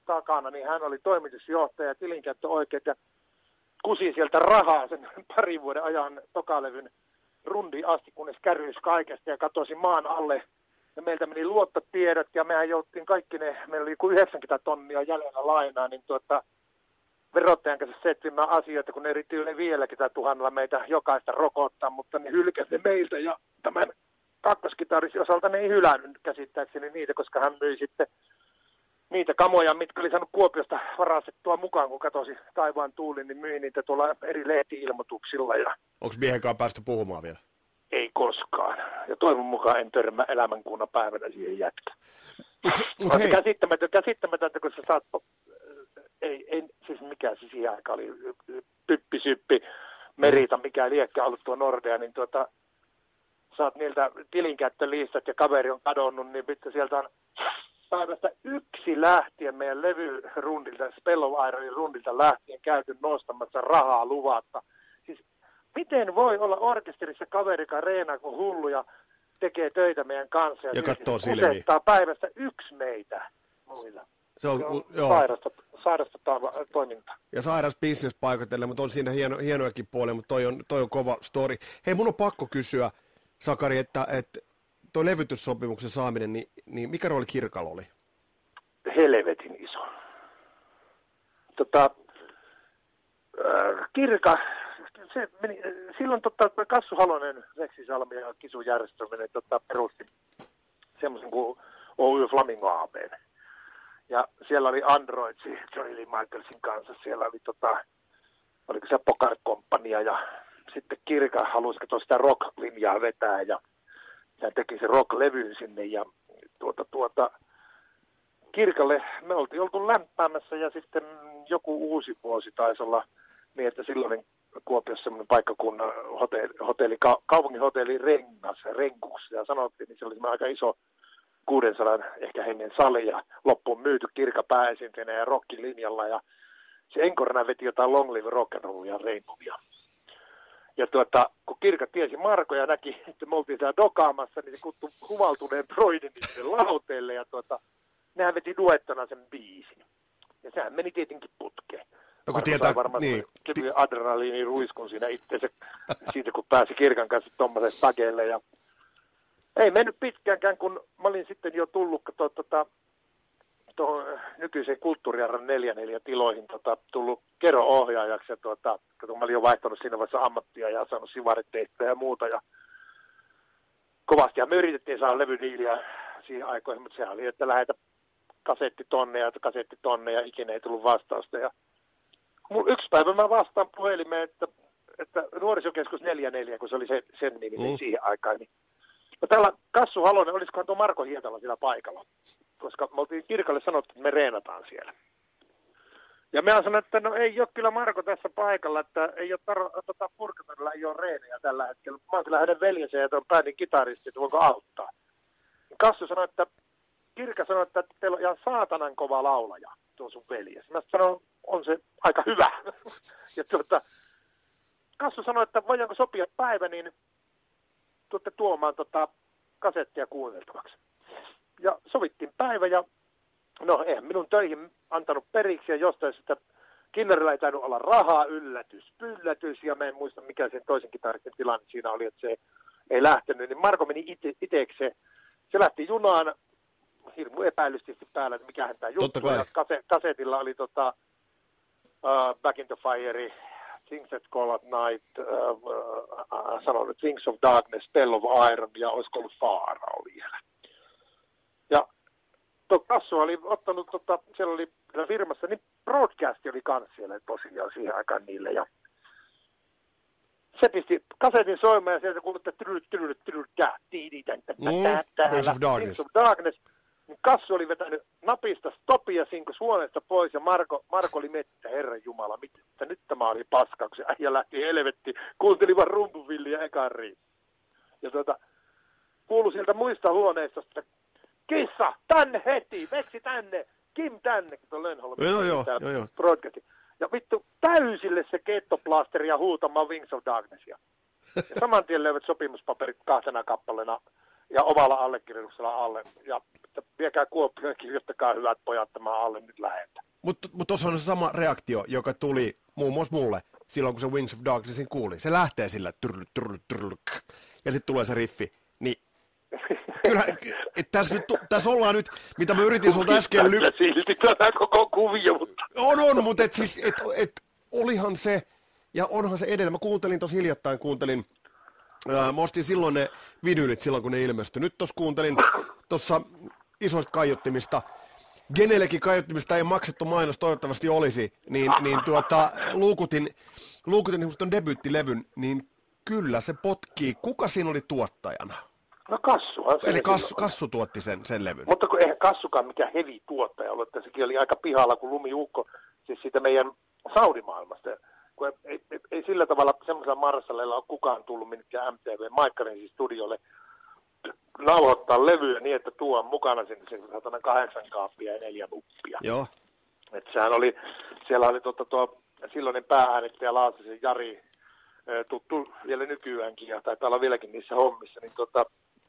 takana, niin hän oli toimitusjohtaja, tilinkäyttöoikeat ja kusi sieltä rahaa sen parin vuoden ajan tokalevyn rundi asti, kunnes kärryisi kaikesta ja katosi maan alle. Ja meiltä meni luottotiedot ja mehän jouttiin kaikki ne, meillä oli kuin yhdeksänkymmentä tonnia jäljellä lainaa, niin tuota, verottajan kanssa setvimään asioita, kun ne yritti vieläkin tai tuhannella meitä jokaista rokottaa, mutta ne hylkäsi ne meiltä ja tämän kakkoskitaristin osalta ne ei hylännyt käsittääkseni niitä, koska hän myi sitten niitä kamoja, mitkä oli saanut Kuopiosta varastettua mukaan, kun katosi taivaan tuuli, niin myi niitä tuolla eri lehti-ilmoituksilla. Ja onko miehenkaan päästy puhumaan vielä? Ei koskaan. Ja toivon mukaan en törmää elämänkuuna päivänä siihen jätkä. Mut, mut on käsittämätöntä, käsittämätöntä, kun sä saat, ei, ei siis mikä se siihen aika oli, pyppisyyppi, merita, mikä liekkä ollut tuo Nordea, niin tuota, saat niiltä tilinkäyttölistat ja kaveri on kadonnut, niin vittu sieltä on päivästä yksi lähtien meidän levyrundilta, Spell of Ironin rundilta lähtien käyty nostamassa rahaa luvatta. Siis miten voi olla orkesterissa kaveri, joka reenaa kuin hullu ja tekee töitä meidän kanssa ja, ja katsoo silmiin. Usettaa päivästä yksi meitä muilla. Se on, on joo. sairasta, sairasta toimintaa. Ja sairas business paikotelle, mutta on siinä hieno, hienojakin puolia, mutta toi on, toi on kova story. Hei, mun on pakko kysyä, Sakari, että, että tuo levytyssopimuksen saaminen, niin, niin mikä rooli Kirkalla oli? Helvetin iso. Tota, äh, Kirka, se meni, silloin tota, Kassu Halonen, Reksi Salmi ja Kisu Järjestelminen tota, perusti semmoisen kuin Oy Flamingo A B:n. Ja siellä oli Android, Johnny Lee Michaelsin kanssa, siellä oli tota, oliko se Pokar Compania ja sitten Kirka halusi katsoa sitä rock-linjaa vetää ja hän teki se rock-levyn sinne ja tuota, tuota, Kirkalle me oltiin oltu lämpäämässä ja sitten joku uusi vuosi taisi olla niin, että silloin Kuopiossa semmoinen paikkakunnan hotelli, hotelli ka, kaupungin hotelli Rengas, Renkus ja sanottiin, niin se oli aika iso kuusisataa ehkä hengen sali ja loppuun myyty Kirka pääesiintyneenä ja rockilinjalla ja se enkorina veti jotain Long Live Rock'n'Roll ja Rainbowia. Ja tuota, kun Kirka tiesi Marko ja näki, että me oltiin siellä dokaamassa, niin se kutsui humaltuneen Broidin sinne lauteelle ja tuota, nehän veti duettona sen biisin. Ja sehän meni tietenkin putkeen. No, kun tietää, varmaan niin. kevyen adrenaliinin ruiskun siinä itseensä siitä, kun pääsi Kirkan kanssa tuommoiselle takeelle. Ja ei mennyt pitkäänkään, kun mä olin sitten jo tullut tuohon tota, nykyiseen Kulttuuriarran neljä neljä tiloihin tota, tullut kerro-ohjaajaksi. Ja tuota, kun mä olin jo vaihtanut siinä vaiheessa ammattia ja saanut sivarit tehtyä ja muuta. Ja kovasti ja me yritettiin saada levydiiliä siihen aikoihin, mutta sehän oli, että lähetä kasetti tonne ja kasetti tonne ja ikinä ei tullut vastausta. Ja mun yksi päivä mä vastaan puhelimeen, että, että nuorisokeskus neljä neljä, kun se oli se, sen niminen mm. siihen aikaan. Niin. No täällä Kassu Halonen, olisikohan tuo Marko Hietala siellä paikalla, koska me oltiin Kirkalle sanottu, että me reenataan siellä. Ja mä sanoin, että no ei ole kyllä Marko tässä paikalla, että ei ole tar- tota, Purkatorilla ei ole reenejä tällä hetkellä. Mä oon kyllä hänen veljensä ja tuon bändin kitaristi, että voinko auttaa. Kassu sanoi, että Kirka sanoi, että teillä on ihan saatanan kova laulaja, tuo sun veljes. Mä sanoin, on se aika hyvä. Ja tuota, Kassu sanoi, että voidaanko sopia päivä, niin tuotte tuomaan tota kasettia kuunneltavaksi. Ja sovittiin päivä ja no eihän minun töihin antanut periksi ja jostain sitä Kinnerillä ei tainnut olla rahaa, yllätys, pyllätys ja mä en muista mikä sen toisen kitaristin tilanne siinä oli, että se ei lähtenyt. Niin Marko meni ite, itekseen. Se lähti junaan hirmu epäilystisti päällä, että mikähän tämä juttu. Ja kase, kasetilla oli tota, uh, Back in the Fire, Things That Call at Night, uh, uh, sanon, Things of Darkness, Spell of Iron ja olisiko ollut Faara vielä. Ja tuo Kassu oli ottanut, tota, siellä oli firmassa, niin broadcast oli kanssa siellä tosiaan siihen aikaan niille. Ja se pisti kasetin soimaan ja sieltä kuuluu, että trylyt, trylyt, trylyt, Things of Darkness. Kassu oli vetänyt napista stopia sinko suonesta pois ja Marko, Marko oli miettinyt, herran jumala, mitä nyt tämä oli paska, kun se äijä lähti helvetti, kuunteli vaan rumpuvilliä ekan riin. Ja tuota, kuului sieltä muista huoneista, että kissa, tänne heti, veksi tänne, Kim tänne, kun tuon Lönholm. Joo, joo, joo, joo. Broadcasti. Ja vittu täysille se kettoplasteri ja huutamaan Wings of Darknessia. Ja saman tien löivät sopimuspaperit kahtena kappaleena ja omalla allekirjoituksella alle. Ja että viekää Kuopioon ja kirjoittakaa hyvät pojat tämän alle nyt läheltä. Mutta mut tuossa on se sama reaktio, joka tuli muun muassa mulle silloin, kun se Wings of Darknessin kuuli. Se lähtee sillä trrr, trrr, trrr, ja sitten tulee se riffi. Niin kyllä, että tässä, nyt, tässä ollaan nyt, mitä mä yritin sulta äsken... Ly- silti tämä koko kuvio, mutta... On, on, mutta et siis, et, et, olihan se, ja onhan se edelleen. Mä kuuntelin tosi hiljattain, kuuntelin, ää, mä ostin silloin ne vinyylit silloin, kun ne ilmestyi. Nyt tossa kuuntelin tuossa isoista kaiuttimista, Genelekin kaiuttimista ei maksettu mainos, toivottavasti olisi, niin, niin tuota, luukutin, luukutin tuon debyyttilevyn, niin kyllä se potkii. Kuka siinä oli tuottajana? No Kassuhan se. Eli Kassu, Kassu tuotti sen, sen levyn. Mutta kun eihän Kassukaan mikään heavy tuottaja ollut, että sekin oli aika pihalla kuin lumiukko, siis siitä meidän saudimaailmasta. Kun ei, ei, ei, ei sillä tavalla semmoisella marssaleilla ole kukaan tullut minnekään M T V-maikkarin siis studiolle nauhoittaa levyä niin, että tuo on mukana sinne se satana kahdeksan kaappia ja neljä nuppia. Joo. Että sehän oli, siellä oli tuota, tuo silloinen päääänittäjä Laasisen Jari, tuttu vielä nykyäänkin ja taitaa olla vieläkin niissä hommissa, niin tota,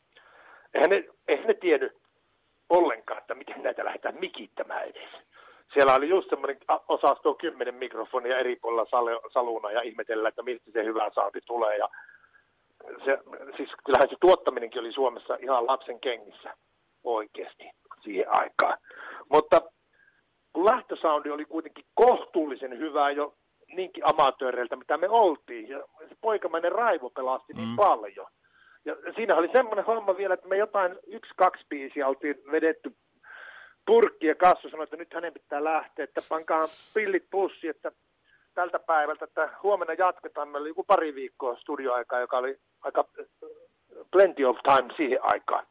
eihän ne, eihän ne tiennyt ollenkaan, että miten näitä lähdetään mikittämään edes. Siellä oli just semmoinen osasto kymmenen mikrofonia eri puolilla sal- saluna ja ihmetellä, että mistä se hyvä saanti tulee. Ja se, siis kyllähän se tuottaminenkin oli Suomessa ihan lapsen kengissä oikeasti siihen aikaan. Mutta kun lähtösoundi oli kuitenkin kohtuullisen hyvä jo niinkin amatööreiltä, mitä me oltiin. Ja se poikamainen raivo pelasti niin mm. paljon. Ja siinä oli semmoinen homma vielä, että me jotain yksi, kaksi biisiä oltiin vedetty purkki ja Kassu sanoi, että nyt hänen pitää lähteä, että pankaa pillit pussi, että tältä päivältä, että huomenna jatketaan. Meillä oli joku pari viikkoa studioaikaa, joka oli aika plenty of time siihen aikaan.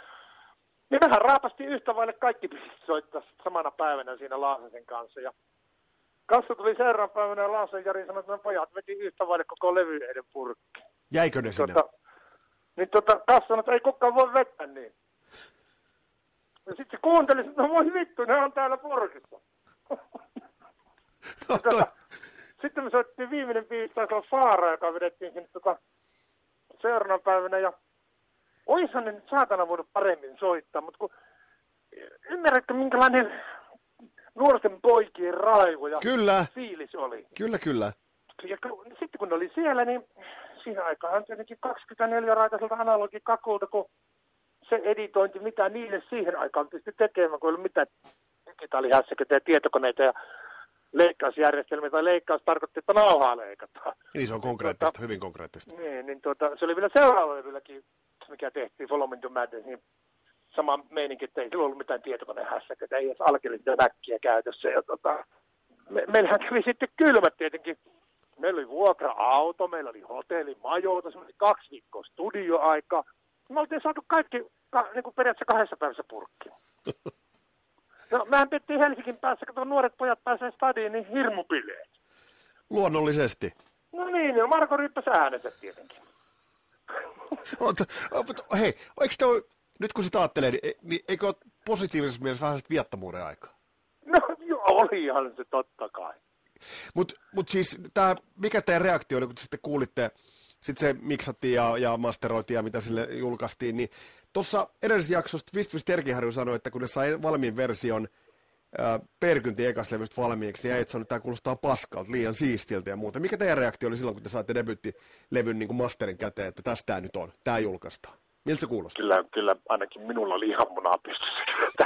Niin mehän raapasti yhtä vaille kaikki biisit soittaa samana päivänä siinä Laasasen kanssa. Ja Kassu tuli seuraavan päivänä ja Laasasen Jari sanoi, että pojat veti yhtä vaille koko levy purkki. Jäikö ne sinne? Tota, niin tota, Kassu sanoi, että ei kukaan voi vetää niin. Ja sitten se kuunteli, että no voi vittu, ne on täällä purkissa. No, tota, sitten me soittiin viimeinen biisi, taisi olla Faara, joka vedettiin sinne tota, seuraavana päivänä. Ja oishan ne nyt saatana voinut paremmin soittaa, mutta kun ymmärrätkö minkälainen nuorten poikien raivo ja kyllä. fiilis oli. Kyllä, kyllä. Ja sitten kun ne oli siellä, niin siinä aikaan tietenkin kaksikymmentäneljä raitaiselta analogikakulta, kun se editointi, mitä niille siihen aikaan pystyi tekemään, kun ei ollut mitään digitaalihässäköitä ja tietokoneita ja leikkausjärjestelmiä, tai leikkaus tarkoitti, että nauhaa leikataan. Niin se on konkreettista, tuota, hyvin konkreettista. Niin, niin tuota, se oli vielä seuraava levyilläkin, mikä tehtiin, Follow Me to Madness, niin sama meininki, että ei sillä ollut mitään tietokonehässäköitä, ei edes alkeellisia väkkiä käytössä. Ja tuota, me, meillähän kävi sitten kylmät tietenkin. Meillä oli vuokra-auto, meillä oli hotelli, majoita, se oli kaksi viikkoa studioaikaa. Me oltiin saatu kaikki ka, niin kuin periaatteessa kahdessa päivässä purkkiin. No, mehän pettiin Helsingin päässä, kun nuoret pojat pääsee stadiin, niin hirmupileet. Luonnollisesti. No niin, ja Marko Ryppäs äänensä tietenkin. Ota, hei, eikö toi, nyt kun sitä ajattelee, niin, niin eikö ole positiivisessa mielessä vähän viattomuuden aikaa? No joo, olihan se totta kai. Mutta mut siis, tää, mikä teidän reaktio oli, kun sitten kuulitte, sitten se miksattiin ja, ja masteroitiin ja mitä sille julkaistiin, niin tuossa edellisessä jaksossa Twist Twist Terkiharju sanoi, että kun ne sai valmiin version ää, Perkyntin ekaslevystä valmiiksi, niin äijät sanoi, että tämä kuulostaa paskalta, liian siistiltä ja muuta. Mikä teidän reaktio oli silloin, kun te saitte debyyttilevyn niin kuin masterin käteen, että tästä tämä nyt on, tämä julkaistaan? Miltä se kuulostaa? Kyllä, kyllä ainakin minulla oli ihan munaa pystyssä.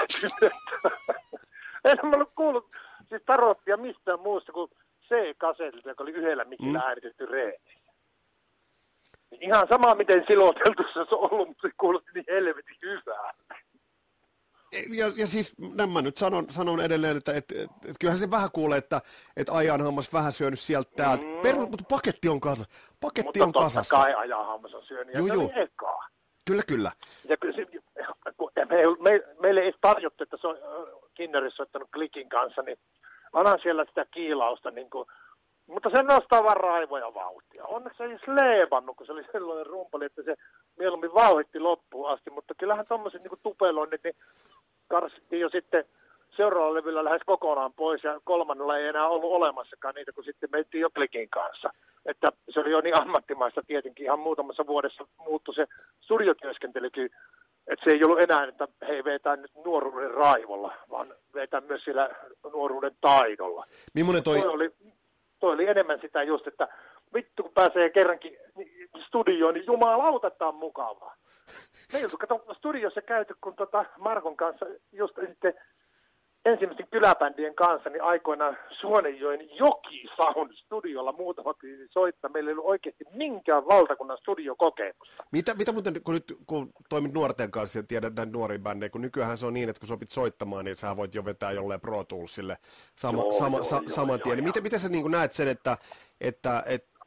En mä ollut kuullut siis tarottia mistään muusta kuin C-kasetilta, joka oli yhdellä mikillä mm. äänitetty reenissä. Ihan sama, miten siloteltu se on ollut, mutta se kuulosti niin helvetin hyvää. Ja, ja siis nämä nyt sanon, sanon edelleen, että et, et, et, kyllähän se vähän kuulee, että et ajan hammas vähän syönyt sieltä täältä. Mm. Peru, mutta paketti on kasassa. Paketti mutta on kasassa. Mutta totta kai ajan hammas on syönyt ja Juju. se oli ekaa. Kyllä, kyllä. Ja kyllä se, me, me, meille ei tarjottu, että se on Kinnerissa soittanut Klikin kanssa, niin onhan siellä sitä kiilausta, niin kuin, mutta se nostaa vaan raivoja ja vauhtia. Onneksi se ei sleepannut, kun se oli sellainen rumpali, että se mieluummin vauhitti loppuun asti, mutta kyllähän tommoset niin kuin tupeloinnit, niin karsittiin jo sitten seuraavalla levyllä lähes kokonaan pois ja kolmannella ei enää ollut olemassakaan niitä, kun sitten mentiin jo Klikin kanssa. Että se oli jo niin ammattimaista tietenkin, ihan muutamassa vuodessa muuttui se studiotyöskentelykin, että se ei ollut enää, että hei vetää nyt nuoruuden raivolla, vaan vetää myös sillä nuoruuden taidolla. Millainen toi... Toi oli, toi oli enemmän sitä just, että vittu kun pääsee kerrankin studioon, niin jumalauta, että on mukavaa. Me ei oltu kato studiossa käyty, kun tota Markon kanssa just sitten ensimmäisten kyläbändien kanssa, niin aikoinaan Suonenjoen Joki-Sound studiolla muutama biisi soittaa. Meillä ei ollut oikeasti minkään valtakunnan studiokokemusta. Mitä, mitä muuten, kun nyt kun toimit nuorten kanssa ja tiedät näitä nuoria bändejä, kun nykyään se on niin, että kun sä opit soittamaan, niin sä voit jo vetää jolleen Pro Toolsille sama, joo, sama, joo, sa, joo, saman joo, tien. joo. Miten, miten sä niin näet sen, että, että, että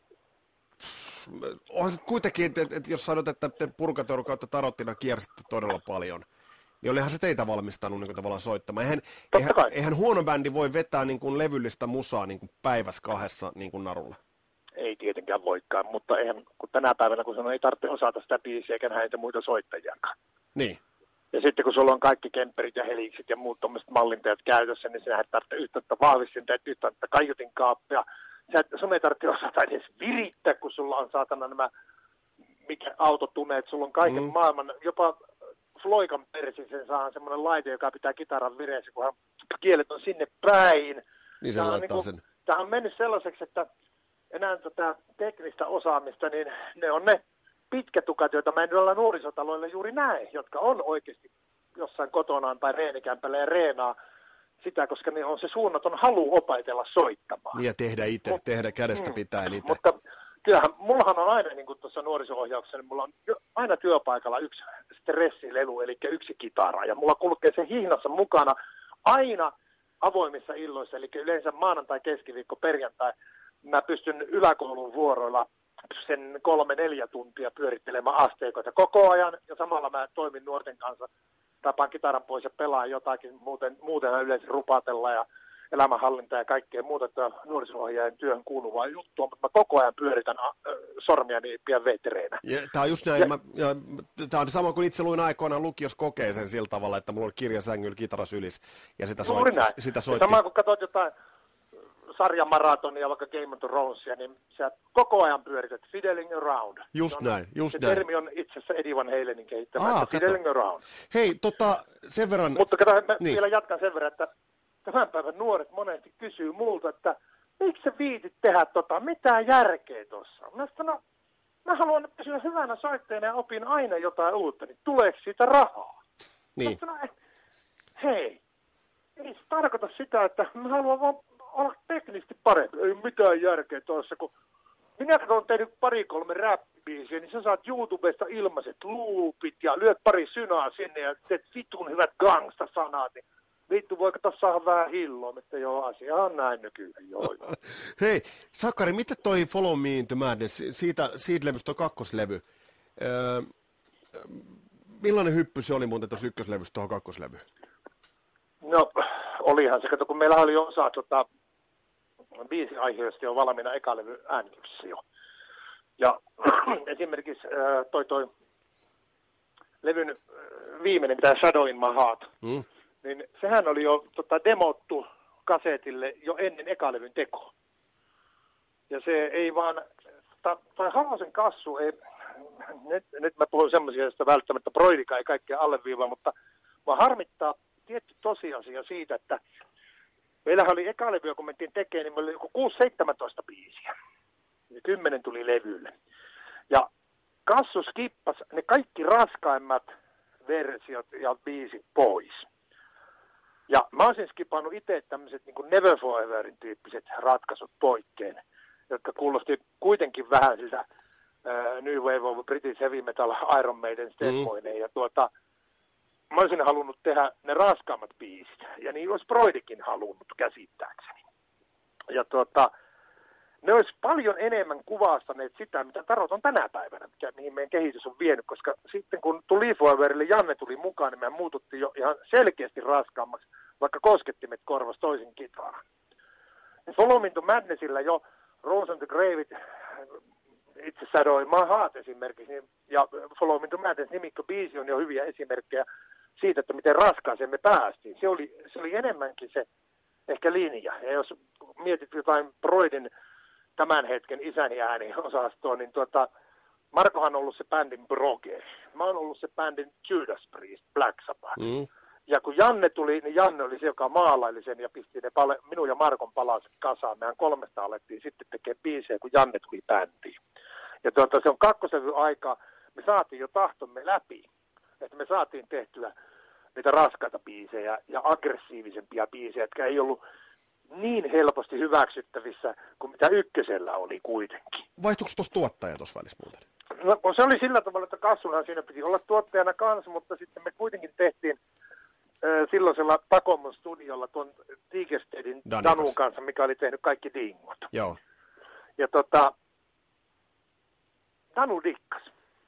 onhan se kuitenkin, että, että, että jos sanot, että te Purgatorio kautta Tarottina kiersitte todella paljon, niin olihan se teitä valmistanut niin kuin tavallaan soittamaan. Eihän, eihän, eihän huono bändi voi vetää niin kuin levyllistä musaa niin kuin päivässä kahdessa niin kuin narulla. Ei tietenkään voikaan, mutta eihän, kun tänä päivänä, kun sanoo, ei tarvitse osata sitä biisiä eikä näitä muita soittajiakaan. Niin. Ja sitten kun sulla on kaikki kempperit ja heliksit ja muut tuommoiset mallintajat käytössä, niin sinä et tarvitse yhtä vahvistinta, että yhtä kaiutin kaappia. Sun ei tarvitse osata edes virittää, kun sulla on saatana nämä mikä autotuneet, sulla on kaiken mm. maailman, jopa Floikan persisen saa semmoinen laite, joka pitää kitaran vireessä, kunhan kielet on sinne päin. Niin se laittaa niin sen. Tämä on mennyt sellaiseksi, että enää tätä teknistä osaamista, niin ne on ne pitkätukat, joita mä en noilla nuorisotaloilla juuri näe, jotka on oikeasti jossain kotonaan tai reenikämpällä ja reenaa sitä, koska ne on se suunnaton halu opetella soittamaan. Niin ja tehdä itse, Mut, tehdä kädestä mm, pitäen itse. Mutta kyllähän, mullahan on aina, niin kuin tuossa nuoriso-ohjauksessa, niin mulla on aina työpaikalla yksi stressilelu, eli yksi kitara, ja mulla kulkee se hihnassa mukana aina avoimissa illoissa, eli yleensä maanantai, keskiviikko, perjantai, mä pystyn yläkoulun vuoroilla sen kolme, neljä tuntia pyörittelemään asteikoita koko ajan, ja samalla mä toimin nuorten kanssa, tapaan kitaran pois ja pelaan jotakin, muuten, muuten yleensä rupatella ja elämänhallinta ja kaikkea muuta, että nuoriso-ohjaajan työhön kuuluvaa juttua, mutta mä koko ajan pyöritän äh, sormiani pian vetereenä. Tämä on just näin, tämä on sama kuin itse luin aikoinaan lukios kokee sen sillä tavalla, että mulla oli kirja sängyllä kitara sylis, ja sitä soitti. Sitä soitti. Sama kun katsot jotain sarjamaratonia, vaikka Game of Thronesia, niin sä koko ajan pyörität fideling around. Just on, näin, just se näin. Se termi on itse asiassa Eddie Van Halenin kehittämä, Aa, fideling around. Hei, tota, sen verran... Mutta kato, mä niin. vielä jatkan sen verran, että tämän päivän nuoret monesti kysyy multa, että miksi sä viitit tehdä tota, mitään järkeä tuossa? Mä sanon, no, mä haluan pysyä hyvänä soittajana ja opin aina jotain uutta, niin tuleeko siitä rahaa? Niin. Mä sanon, hei, ei se tarkoita sitä, että mä haluan vaan olla teknisesti parempi. Ei mitään järkeä tuossa, kun minä kun olen tehnyt pari-kolme rap-biisiä, niin sä saat YouTubesta ilmaiset loopit ja lyöt pari synaa sinne ja teet vitun hyvät gangsta-sanat, niin vittu, voiko tässä saada vähän hilloa, että joo, asia on näin nykyään, joo, joo. Hei, Sakari, miten toi Follow Me Into Madness, siitä, siitä levystä on kakkoslevy, öö, millainen hyppy se oli muuten tuossa ykköslevystä tuohon kakkoslevyyn? No, olihan se, kato, kun meillä oli jo osa tota, biisiaiheesta jo valmiina ekalevy äänityksessä jo. Ja esimerkiksi toi toi levyn viimeinen, tämä Shadow in My Heart, mm. niin sehän oli jo tota, demottu kasetille jo ennen ekalevyn tekoa. Ja se ei vaan, tai Halosen kassu ei, nyt, nyt mä puhun semmoisia, joista välttämättä Broidika ei kaikkea alleviivaa, mutta vaan harmittaa tietty tosiasia siitä, että meillähän oli eka levy, kun mentiin tekemään, niin meillä oli joku kuusi seitsemäntoista biisiä. Ja kymmenen tuli levylle. Ja kassu skippasi ne kaikki raskaimmat versiot ja biisit pois. Ja mä olisin skipannut itse tämmöiset niin kuin Never Foreverin tyyppiset ratkaisut poikkeen, jotka kuulosti kuitenkin vähän siltä uh, New Wave of British Heavy Metal Iron Maiden stemmoineen. Mm. Ja tuota, mä olisin halunnut tehdä ne raskaammat biisit, ja niin olisi Broidikin halunnut käsittääkseni. Ja tuota, ne olisi paljon enemmän kuvastaneet sitä, mitä Tarot on tänä päivänä, mikä, mihin meidän kehitys on vienyt, koska sitten kun tuli Foreverille Janne tuli mukaan, niin me muututtiin jo ihan selkeästi raskaammaksi, vaikka koskettimet korvas toisin kitaran. Follow Me Into Madnessillä jo Rose on the Grave, itse Shadow in My Heart esimerkiksi, ja Follow Me Into Madness nimikko biisi on jo hyviä esimerkkejä siitä, että miten raskaaseen me päästiin. Se oli, se oli enemmänkin se ehkä linja. Ja jos mietit jotain Broidin tämän hetken isäni ääni osastoa, niin tuota, Markohan on ollut se bändin Broge. Mä oon ollut se bändin Judas Priest, Black Sabbath. Mm. Ja kun Janne tuli, niin Janne oli se, joka maalaili sen ja pisti ne pale, minun ja Markon palaset kasaan. Mehän kolmesta alettiin sitten tekemään biisejä, kun Janne tuli bändiin. Ja tuota, se on kakkosevy aika, me saatiin jo tahtomme läpi. Että me saatiin tehtyä niitä raskaita biisejä ja aggressiivisempia biisejä, jotka ei ollut niin helposti hyväksyttävissä kuin mitä ykkösellä oli kuitenkin. Vaihtuiko tuossa tuottaja tuossa välissä muuten? No se oli sillä tavalla, että Kassunhan siinä piti olla tuottajana kanssa, mutta sitten me kuitenkin tehtiin äh, silloisella Takomon studiolla tuon Tigerstedin Danun kanssa, mikä oli tehnyt kaikki dingot. Joo. Ja tota, Danu dikkas.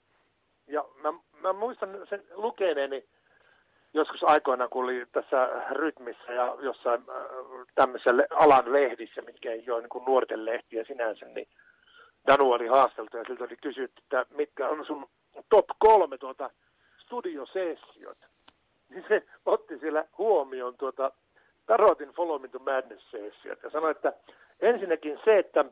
Ja mä, mä muistan sen lukeneeni joskus aikoina, kun oli tässä Rytmissä ja jossain äh, tämmöisessä alan lehdissä, mitkä ei ole niin kuin nuorten lehtiä sinänsä, niin Danu oli haasteltu ja siltä oli kysytty, että mitkä on sun top kolme tuota studiosessiot. Niin se otti siellä huomioon tuota Tarotin Follow Me to Madness-sessiot ja sanoi, että ensinnäkin se, että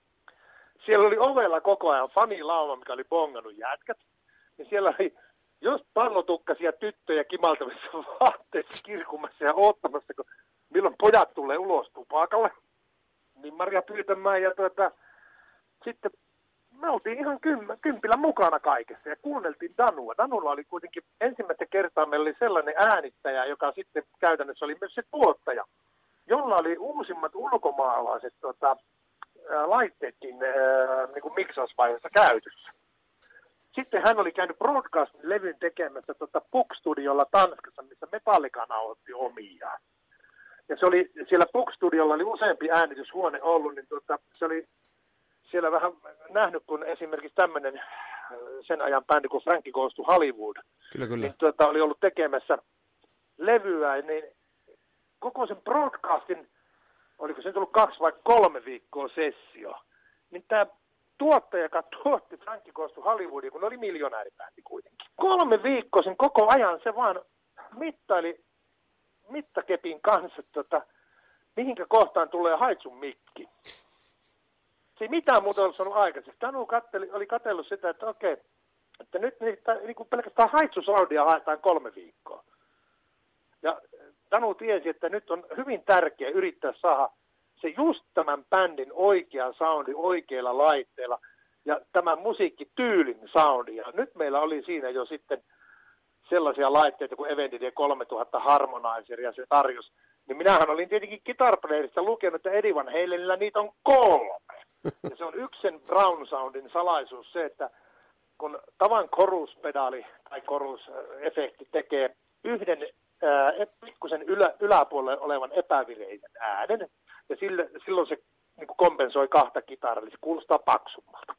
siellä oli ovella koko ajan Fani Lauma, mikä oli bongannut jätkät, niin siellä oli just pallotukkaisia tyttöjä kimaltavissa vaatteissa kirkumassa ja oottamassa, kun milloin pojat tulee ulos tupakalle, niin Maria pyytämään ja tuota, sitten me oltiin ihan kym, kympillä mukana kaikessa ja kuunneltiin Danua. Danulla oli kuitenkin ensimmäistä kertaa meillä oli sellainen äänittäjä, joka sitten käytännössä oli myös se tuottaja, jolla oli uusimmat ulkomaalaiset tuota, ää, laitteetkin ää, niin kuin miksausvaiheessa käytössä. Sitten hän oli käynyt broadcast-levyn tekemässä tuota Puk-studiolla Tanskassa, missä Metallica nauhoitti omiaan. Ja se oli, siellä Puk-studiolla oli useampi äänityshuone ollut, niin tuota, se oli siellä vähän nähnyt, kun esimerkiksi tämmöinen sen ajan bändi kuin Frankie Goes to Hollywood, kyllä, kyllä. Niin tuota, oli ollut tekemässä levyä, niin koko sen broadcastin, oliko se tullut kaksi vai kolme viikkoa sessio, niin tämä tuottaja, joka tuotti Frankie Goes to Hollywoodia, kun oli miljonääribändi kuitenkin. Kolme viikkoa sen koko ajan se vaan mittaili mittakepin kanssa, tota, mihinkä kohtaan tulee haitsun mikki. Se ei mitään muuta ollut sanonut aikaisemmin. Danu katteli, oli katsellut sitä, että okei, että nyt niitä, niin kuin pelkästään haitsusaudia haetaan kolme viikkoa. Ja Danu tiesi, että nyt on hyvin tärkeää yrittää saada se just tämän bändin oikea soundi oikeilla laitteilla ja tämän musiikkityylin soundi. Ja nyt meillä oli siinä jo sitten sellaisia laitteita kuin Eventide kolmetuhatta Harmonizer ja se tarjosi. Niin minähän olin tietenkin Guitar Playerista lukenut, että Eddie Van Halenillä niitä on kolme. Ja se on yksi sen Brown Soundin salaisuus se, että kun tavan koruspedaali tai korusefekti tekee yhden ää, pikkusen ylä, yläpuolelle olevan epävireisen äänen, ja sille, silloin se niin kuin kompensoi kahta kitaraa, eli se kuulostaa paksummalta.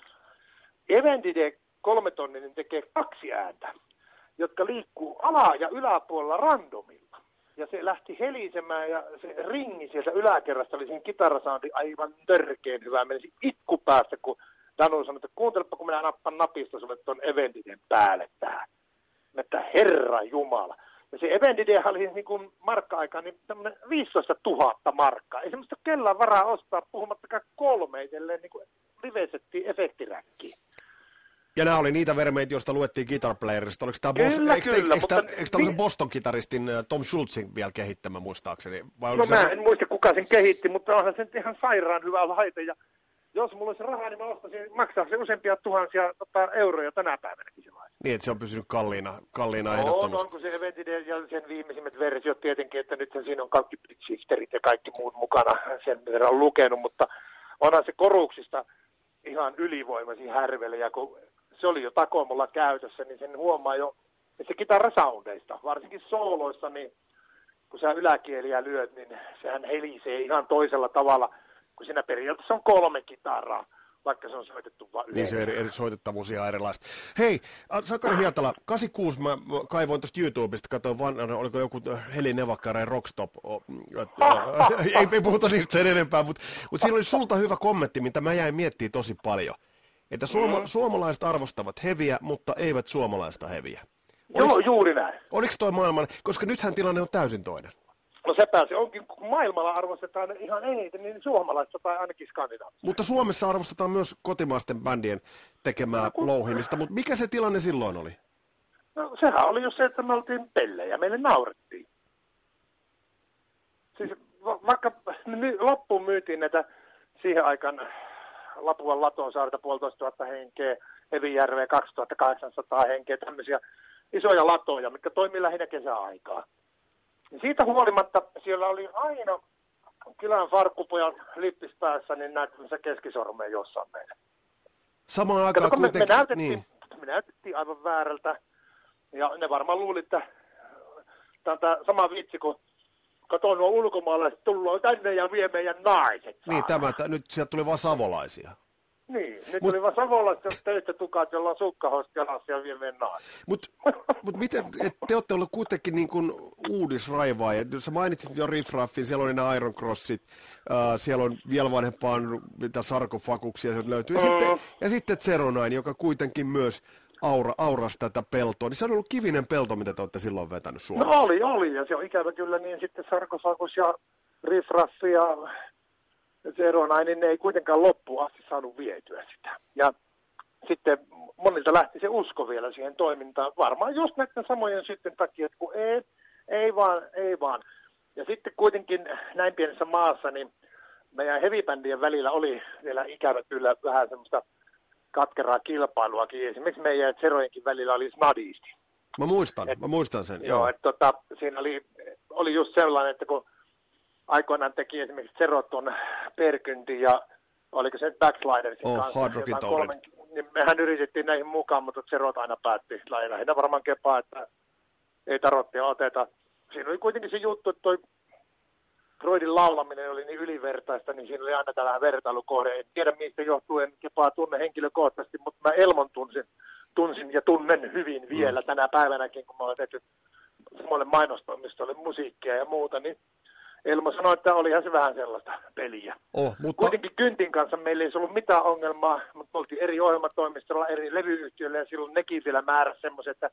Eventide kolmetonninen tekee kaksi ääntä, jotka liikkuu ala- ja yläpuolella randomilla. Ja se lähti helisemään ja se ringi sieltä yläkerrasta oli siinä kitarasoundi aivan törkeen hyvä. Menisi itku päästä, kun Danu sanoi, että kuuntelepa, kun minä nappan napista sulle tuon Eventiden päälle tähän. Että herra jumala. Ja se Eventide oli niin kuin markka-aikaan niin tämmöinen viisitoista tuhatta markkaa. Ei semmoista kellään varaa ostaa, puhumattakaan kolme itselleen niin kuin livesettiin efektiräkkiin. Ja nämä oli niitä vermeitä, joista luettiin Guitar Playerista. Oliko tämä kyllä, Bos- eikö, kyllä, eikö, mutta... eikö tällaisen Boston-kitaristin Tom Schultzin vielä kehittämä muistaakseni? Vai no se... mä en muista, kuka sen kehitti, mutta onhan se ihan sairaan hyvä laite. Ja jos mulla olisi rahaa, niin mä ostaisin, maksaa se useampia tuhansia tota, euroja tänä päivänäkin se laite. Niin, että se on pysynyt kalliina, kalliina no, ehdottomasti. On, kun se Eventide ja sen viimeisimmät versiot tietenkin, että nythän siinä on kaikki pitchshifterit ja kaikki muut mukana, sen verran on lukenut, mutta onhan se koruksista ihan ylivoimaisin härvele, ja kun se oli jo Takomolla käytössä, niin sen huomaa jo, että se kitarasoundeista, varsinkin sooloissa, niin kun sä yläkieliä lyöt, niin sehän helisee ihan toisella tavalla, kun siinä periaatteessa on kolme kitaraa, vaikka se on soitettu vain yhden. Niin se eri, eri soitettavuus ihan erilaista. Hei, Sakari Hietala, kahdeksankymmentäkuusi mä kaivoin tuosta YouTubesta, katsoin vanhana, oliko joku Heli Nevakkaaren Rockstop, ei, ei puhuta niistä sen enempää, mutta, mutta siinä oli sulta hyvä kommentti, mitä mä jäin miettimään tosi paljon. Että suoma, mm. suomalaiset arvostavat heviä, mutta eivät suomalaista heviä. Joo, juuri näin. Oliko toi maailman, koska nythän tilanne on täysin toinen. No sepä se onkin, kun maailmalla arvostetaan ihan eniten, niin suomalaista tai ainakin skandinaavista. Mutta Suomessa arvostetaan myös kotimaisten bändien tekemää no, louhimista, mutta mikä se tilanne silloin oli? No sehän oli just se, että me oltiin pellejä, meille naurettiin. Siis va- vaikka my- loppuun myytiin näitä siihen aikaan Lapuan Latoonsaarta puolitoista tuhatta henkeä, Evijärveä kaksituhattakahdeksansataa henkeä, tämmöisiä isoja latoja, mitkä toimii lähinnä kesäaikaa. Ja siitä huolimatta siellä oli aina kylän farkkupojan lippis päässä, niin näyttämässä keskisormeen jossain meidän. Samaan aikaan Kato, kuitenkin, me, me, näytettiin, niin. me näytettiin aivan väärältä, ja ne varmaan luuli, että tämä on tämä sama vitsi, kun kato nuo ulkomaalaiset tullaan tänne ja vie meidän naiset. Niin, tämä, että nyt sieltä tuli vaan savolaisia. Niin, nyt Mut, tuli vaan savolaiset töistä tukat, jolla on sukkahosti jalassa ja vie meidän naiset. Mutta mut miten, et te olette olleet kuitenkin niin kuin uudisraivaaja. Sä mainitsit jo Riff Raffin, siellä oli nämä Iron Crossit, äh, siellä on vielä vanhempaan mitä sarkofaguksia sieltä löytyy. Ja, mm. sitten, ja sitten Zero Nine, joka kuitenkin myös aura, aurasi tätä peltoa. Niin se on ollut kivinen pelto, mitä te olette silloin vetänyt Suomessa. No oli, oli. Ja se on ikävä kyllä niin sitten sarkofagus ja Riff Raff ja Zero Nine, niin ne ei kuitenkaan loppuun asti saanut vietyä sitä. Ja sitten monilta lähti se usko vielä siihen toimintaan. Varmaan just näiden samojen sitten takia, että kun ei, ei vaan, ei vaan. Ja sitten kuitenkin näin pienessä maassa, niin meidän heavy-bändien välillä oli vielä ikävä kyllä vähän semmoista katkeraa kilpailuakin. Esimerkiksi meidän Zerojenkin välillä oli snadisti. Mä muistan, et, mä muistan sen. Joo, joo. Että tota, siinä oli, oli just sellainen, että kun aikoinaan teki esimerkiksi Zeroton Perkynti ja oliko se Backslidersin oh, kanssa. Hard Rockin kolmen, niin mehän yritettiin näihin mukaan, mutta Zerot aina päätti. Lähinnä varmaan kepaa, että ei tarottia oteta. Siinä oli kuitenkin se juttu, että toi Freudin laulaminen oli niin ylivertaista, niin siinä oli aina tällainen vertailukohde. En tiedä, mistä johtuen kepaa tunne henkilökohtaisesti, mutta mä Elmon tunsin, tunsin ja tunnen hyvin vielä mm. tänä päivänäkin, kun mä olen tehty samoille mainostoimistolle musiikkia ja muuta, niin Elmo sanoi, että olihan se vähän sellaista peliä. Oh, mutta... Kuitenkin Kyntin kanssa meillä ei ollut mitään ongelmaa, mutta me oltiin eri ohjelmatoimistolla, eri levyyhtiöillä ja silloin nekin vielä määräsi semmoisen, että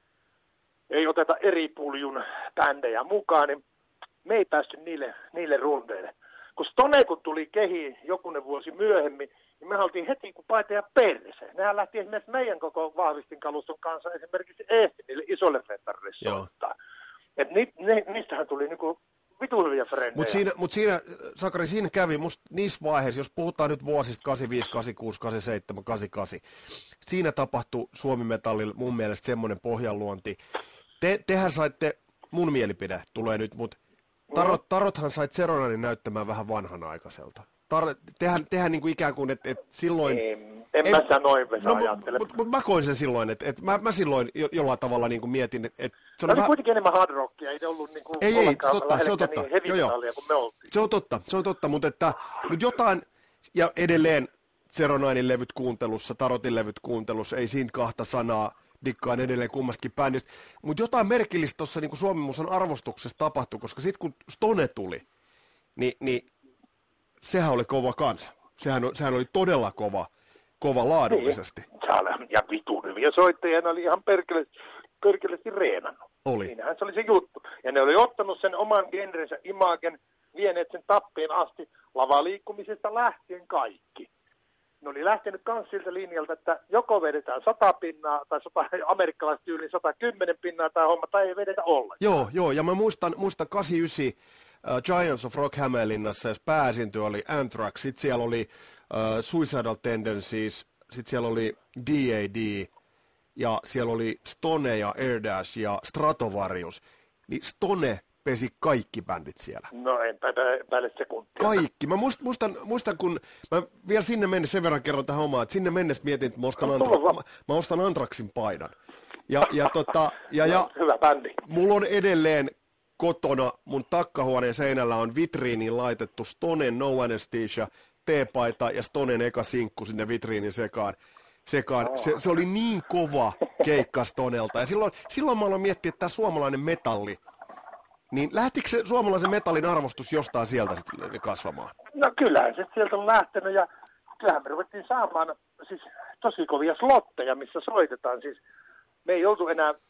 ei oteta eri puljun bändejä mukaan, niin me ei päästy niille, niille rundeille. Kun Stone kun tuli kehiin jokunen vuosi myöhemmin, niin me oltiin heti kuin paita ja perse. Nehän lähti esimerkiksi meidän koko vahvistinkaluston kanssa esimerkiksi Eesti niille isolle fentarille soittaa. Että ni, ni, niistähän tuli niinku vitu hyviä frendejä. Mutta siinä, mut siinä, Sakari, siinä kävi musta niissä vaiheissa, jos puhutaan nyt vuosista kahdeksankymmentäviisi, kahdeksankymmentäkuusi, kahdeksankymmentäseitsemän, kahdeksankymmentäkahdeksan, siinä tapahtui Suomi-metallilla mun mielestä semmoinen pohjanluonti. Te, tehän saitte, mun mielipide tulee nyt, mutta tarot, tarothan sait Zeronanin näyttämään vähän vanhanaikaiselta. Tar, tehän, tehän niin kuin ikään kuin, että et silloin... Ei, en mä sitä noin no, ajattele. Mutta mut mä koin sen silloin, että et mä, mä silloin jo, jollain tavalla niin kuin mietin, että... Se oli vähän... kuitenkin enemmän hard rockia, ei ne ollut niin kuin ei, ei, totta, se on totta. Niin heavy-metallia kuin me oltiin. Se on totta, se on totta, mutta että nyt jotain, ja edelleen Zero Ninein levyt kuuntelussa, Tarotin levyt kuuntelussa, ei siinä kahta sanaa, dikkaan edelleen kummastakin bändistä, mutta jotain merkillistä tuossa niin Suomen musan arvostuksessa tapahtui, koska sitten kun Stone tuli, niin, niin sehän oli kova kans. Sehän, sehän oli todella kova, kova laadullisesti. Niin, ja vitun hyviä soittajia, ne oli ihan perkeleesti, perkeleesti reenannut. Oli. Siinähän se oli se juttu. Ja ne oli ottanut sen oman genrensä imagen, vieneet sen tappiin asti, lavaliikkumisesta lähtien kaikki. Ne oli lähtenyt myös siltä linjalta, että joko vedetään sata pinnaa, tai sata, amerikkalaistyyliin sata kymmenen pinnaa tai homma, tai ei vedetä ollenkaan. Joo, joo, ja mä muistan, muistan kahdeksankymmentäyhdeksän uh, Giants of Rock Hämeenlinnassa, jos pääesiintyjä oli Anthrax, sitten siellä oli uh, Suicidal Tendencies, sitten siellä oli D A D, ja siellä oli Stone ja Airdash ja Stratovarius, niin Stone pesi kaikki bändit siellä. No enpä päälle sekuntia. Kaikki. Mä muistan, muistan, muistan, kun mä vielä sinne mennessä sen verran kerron tähän omaan, että sinne mennessä mietin, että mä ostan, Antra- mä, mä ostan Anthraxin paidan. Ja, ja, tota, ja, ja hyvä bändi. Mulla on edelleen kotona, mun takkahuoneen seinällä on vitriiniin laitettu Stonen No Anesthesia T-paita ja Stonen eka sinkku sinne vitriinin sekaan. sekaan. Se, se oli niin kova keikka Stonelta. Ja silloin, silloin mä aloin miettiä, että tämä suomalainen metalli, niin lähtikö se suomalaisen metallin arvostus jostain sieltä sitten kasvamaan? No kyllähän se sieltä on lähtenyt ja kyllähän me ruvettiin saamaan siis tosi kovia slotteja, missä soitetaan. Siis me ei oltu enää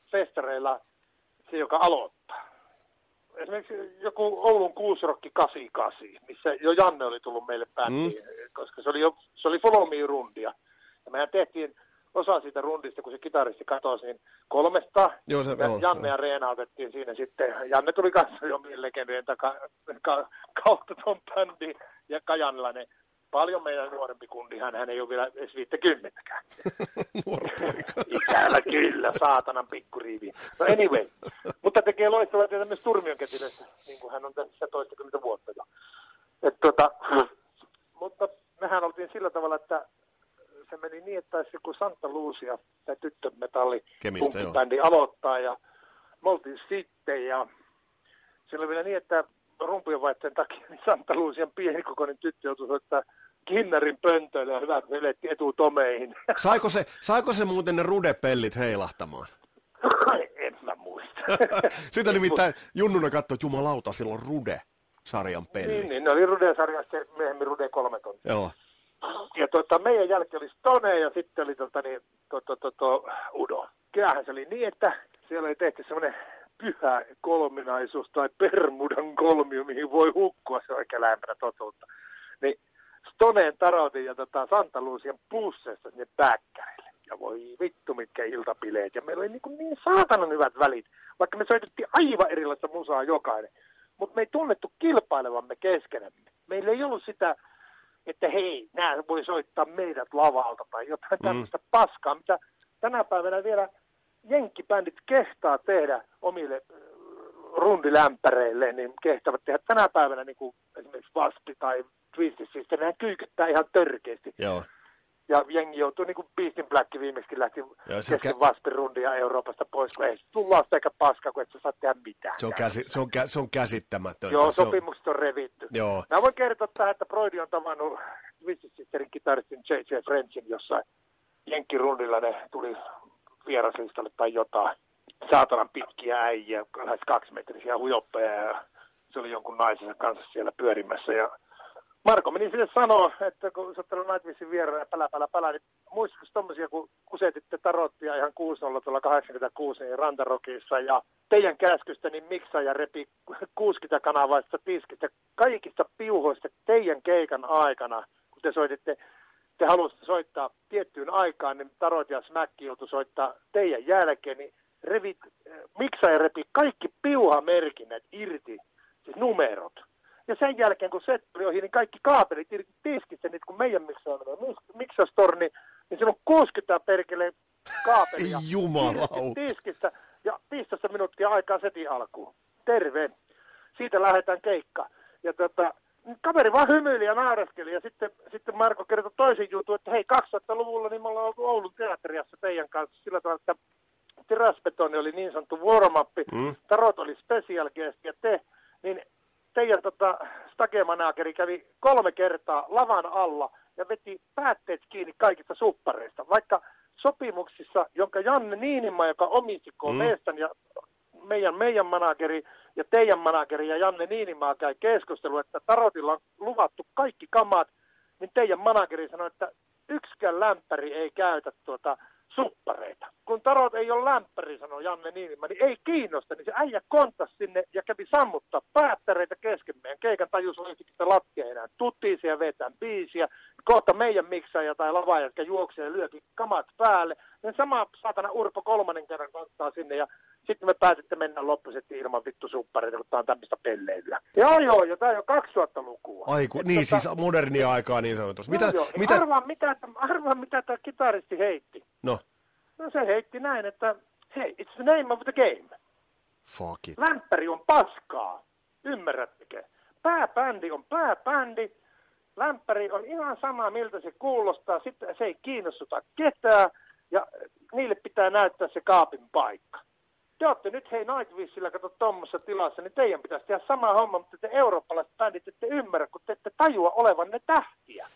festareilla se, joka aloittaa. Esimerkiksi joku Oulun Kuusrokki kahdeksankymmentäkahdeksan, missä jo Janne oli tullut meille bändiin, mm. koska se oli, jo, se oli Follow Me-rundia. Ja mehän tehtiin osa siitä rundista, kun se kitaristi katosi, niin kolmesta. Joo, se, ja joo, Janne ja Reena otettiin siinä sitten. Janne tuli kanssa jo legendien taka, ka, kautta ton bändiin ja Kajanlainen. Paljon meidän nuorempi kundi, hän, hän ei ole vielä edes viittäkymmentäkään. Nuori poika. Ikävä kyllä, saatanan pikkuriivi. No anyway, mutta tekee loistavaa työtä myös Turmionkätilössä, niin kuin hän on tässä toistakymmentä vuotta jo. Et tota, mutta mehän oltiin sillä tavalla, että se meni niin, että se kun Santa Lucia, tämä tyttömetalli punkkibändi aloittaa ja me oltiin sitten ja siellä oli vielä niin, että rumpujen vaihteen takia niin Santa Lucian pienikokoinen tyttö joutui soittaa kinnarin pöntöille ja hyvät veletti etutomeihin. Saiko se, saiko se muuten ne rudepellit heilahtamaan? En mä muista. Sitä nimittäin junnuna katsoi, että jumalauta, silloin Rude-sarjan pelli. Niin, niin ne oli Rude-sarjasta ja myöhemmin Rude kolme tonnia. Joo. Ja tuota, meidän jälkeen oli Stone ja sitten oli tuota, niin, to, to, to, to, Udo. Kyllähän se oli niin, että siellä oli tehty semmoinen pyhä kolminaisuus tai Bermudan kolmio, mihin voi hukkua, se oikein lämpänä totuutta. Niin Stoneen tarotin ja tota Santa Lucian pusseista sinne päkkärille. Ja voi vittu mitkä iltapileet. Ja meillä oli niin, kuin niin saatanan hyvät välit, vaikka me soitettiin aivan erilaista musaa jokainen. Mutta me ei tunnettu kilpailevamme keskenämme. Meillä ei ollut sitä, että hei, nämä voi soittaa meidät lavalta tai jotain tämmöistä mm. paskaa, mitä tänä päivänä vielä jenkkibändit kehtaa tehdä omille rundilämpäreille, niin kehtävät tehdä tänä päivänä niin kuin esimerkiksi Wasp tai Twisted Sister, nehän kyykyttää ihan törkeästi. Joo. Ja jengi joutuu, niin kuin Beast in Black viimeksi lähti kesken kä- Waspin rundia Euroopasta pois, kun ei tulla sitä eikä paskaa, kun et sä saa tehdä mitään. Se on, käsi- se on, kä- se on käsittämätöntä. Joo, sopimukset on... on revitty. Joo. Mä voin kertoa tähän, että Broidi on tavannut Twisted Sisterin kitaristin J J Frenchin jossain jenkkirundilla, ne tuli vieraslistalle tai jotain. Saatanan pitkiä äijä, lähes kaksimetrisiä hujoppeja ja se oli jonkun naisensa kanssa siellä pyörimässä. Ja Marko meni sille sanoa, että kun sä oot ollut Nightwishin vieraan ja pälä, pälä, pälä, niin muistatko tommosia, kun kusetitte tarottia ihan kuusi nolla tuolla kahdeksankymmentäkuusi niin Rantarokissa ja teidän käskystä niin miksaaja repi kuusikymmentä kanavaista tiskistä kaikista piuhoista teidän keikan aikana, kun te soititte, te halusitte soittaa tiettyyn aikaan, niin Tarot ja Smack joutui soittaa teidän jälkeen, niin revit, miksaaja repi kaikki piuhamerkinnät irti, siis numerot. Ja sen jälkeen, kun set tuli ohi, niin kaikki kaapelit irti tiskistä, niin kun meidän miksaaminen miksastorni, niin siinä on kuusikymmentä perkeleen kaapelia tiskistä ja viisitoista minuuttia aikaa setin alkuun. Terve. Siitä lähdetään keikkaan. Ja tota, kaveri vaan hymyili ja naureskeli ja sitten, sitten Marko kertoi toisen jutun, että hei kaksituhattaluvulla niin me ollaan oltu Oulun teatteriassa teidän kanssa sillä tavalla, että Terasbetoni oli niin sanottu warm-up, mm. Tarot oli special guest ja te, niin teidän tota, stagemanageri kävi kolme kertaa lavan alla ja veti päätteet kiinni kaikista suppareista, vaikka sopimuksissa, jonka Janne Niinimaa, joka omisti mm. meistä ja meidän, meidän manageri ja teidän manageri ja Janne Niinimaa käy keskustelua, että Tarotilla on luvattu kaikki kamat, niin teidän manageri sanoi, että yksikään lämpäri ei käytä tuota suppareita. Kun Tarot ei ole lämpäri, sanoi Janne Niinimaa, niin ei kiinnosta, niin se äijä kontas sinne ja kävi sammuttaa päättäreitä kesken meidän keikan tajus oli sitä lattia enää tuttiisia ja vetään biisiä. Kohta meidän miksaaja tai lavaaja, jotka juoksee ja lyökin kamat päälle. Niin sama saatana Urpo kolmannen kerran konttaa sinne ja sitten me päätitte mennä loppuisesti ilman vittu suppareita, kun tää on tämmöistä pelleilyä. Joo joo, ja tää on jo kaksituhattalukua. Aiku, niin tota, siis modernia aikaa niin sanotusti. Mitä, joo, mitä... Arvaa mitä, arvaa mitä tää kitaristi heitti. No. No se heitti näin, että hei, it's the name of the game. Fuck it. Lämpäri on paskaa. Ymmärrättekö? Pääbändi on pääbändi. Lämpäri on ihan sama, miltä se kuulostaa. Sitten se ei kiinnostuta ketään. Ja niille pitää näyttää se kaapin paikka. Te olette nyt hei Nightwishillä, kato tommassa tilassa, niin teidän pitäisi tehdä sama homma, mutta te eurooppalaiset bändit ette ymmärrä, kun te ette tajua olevanne tähtiä.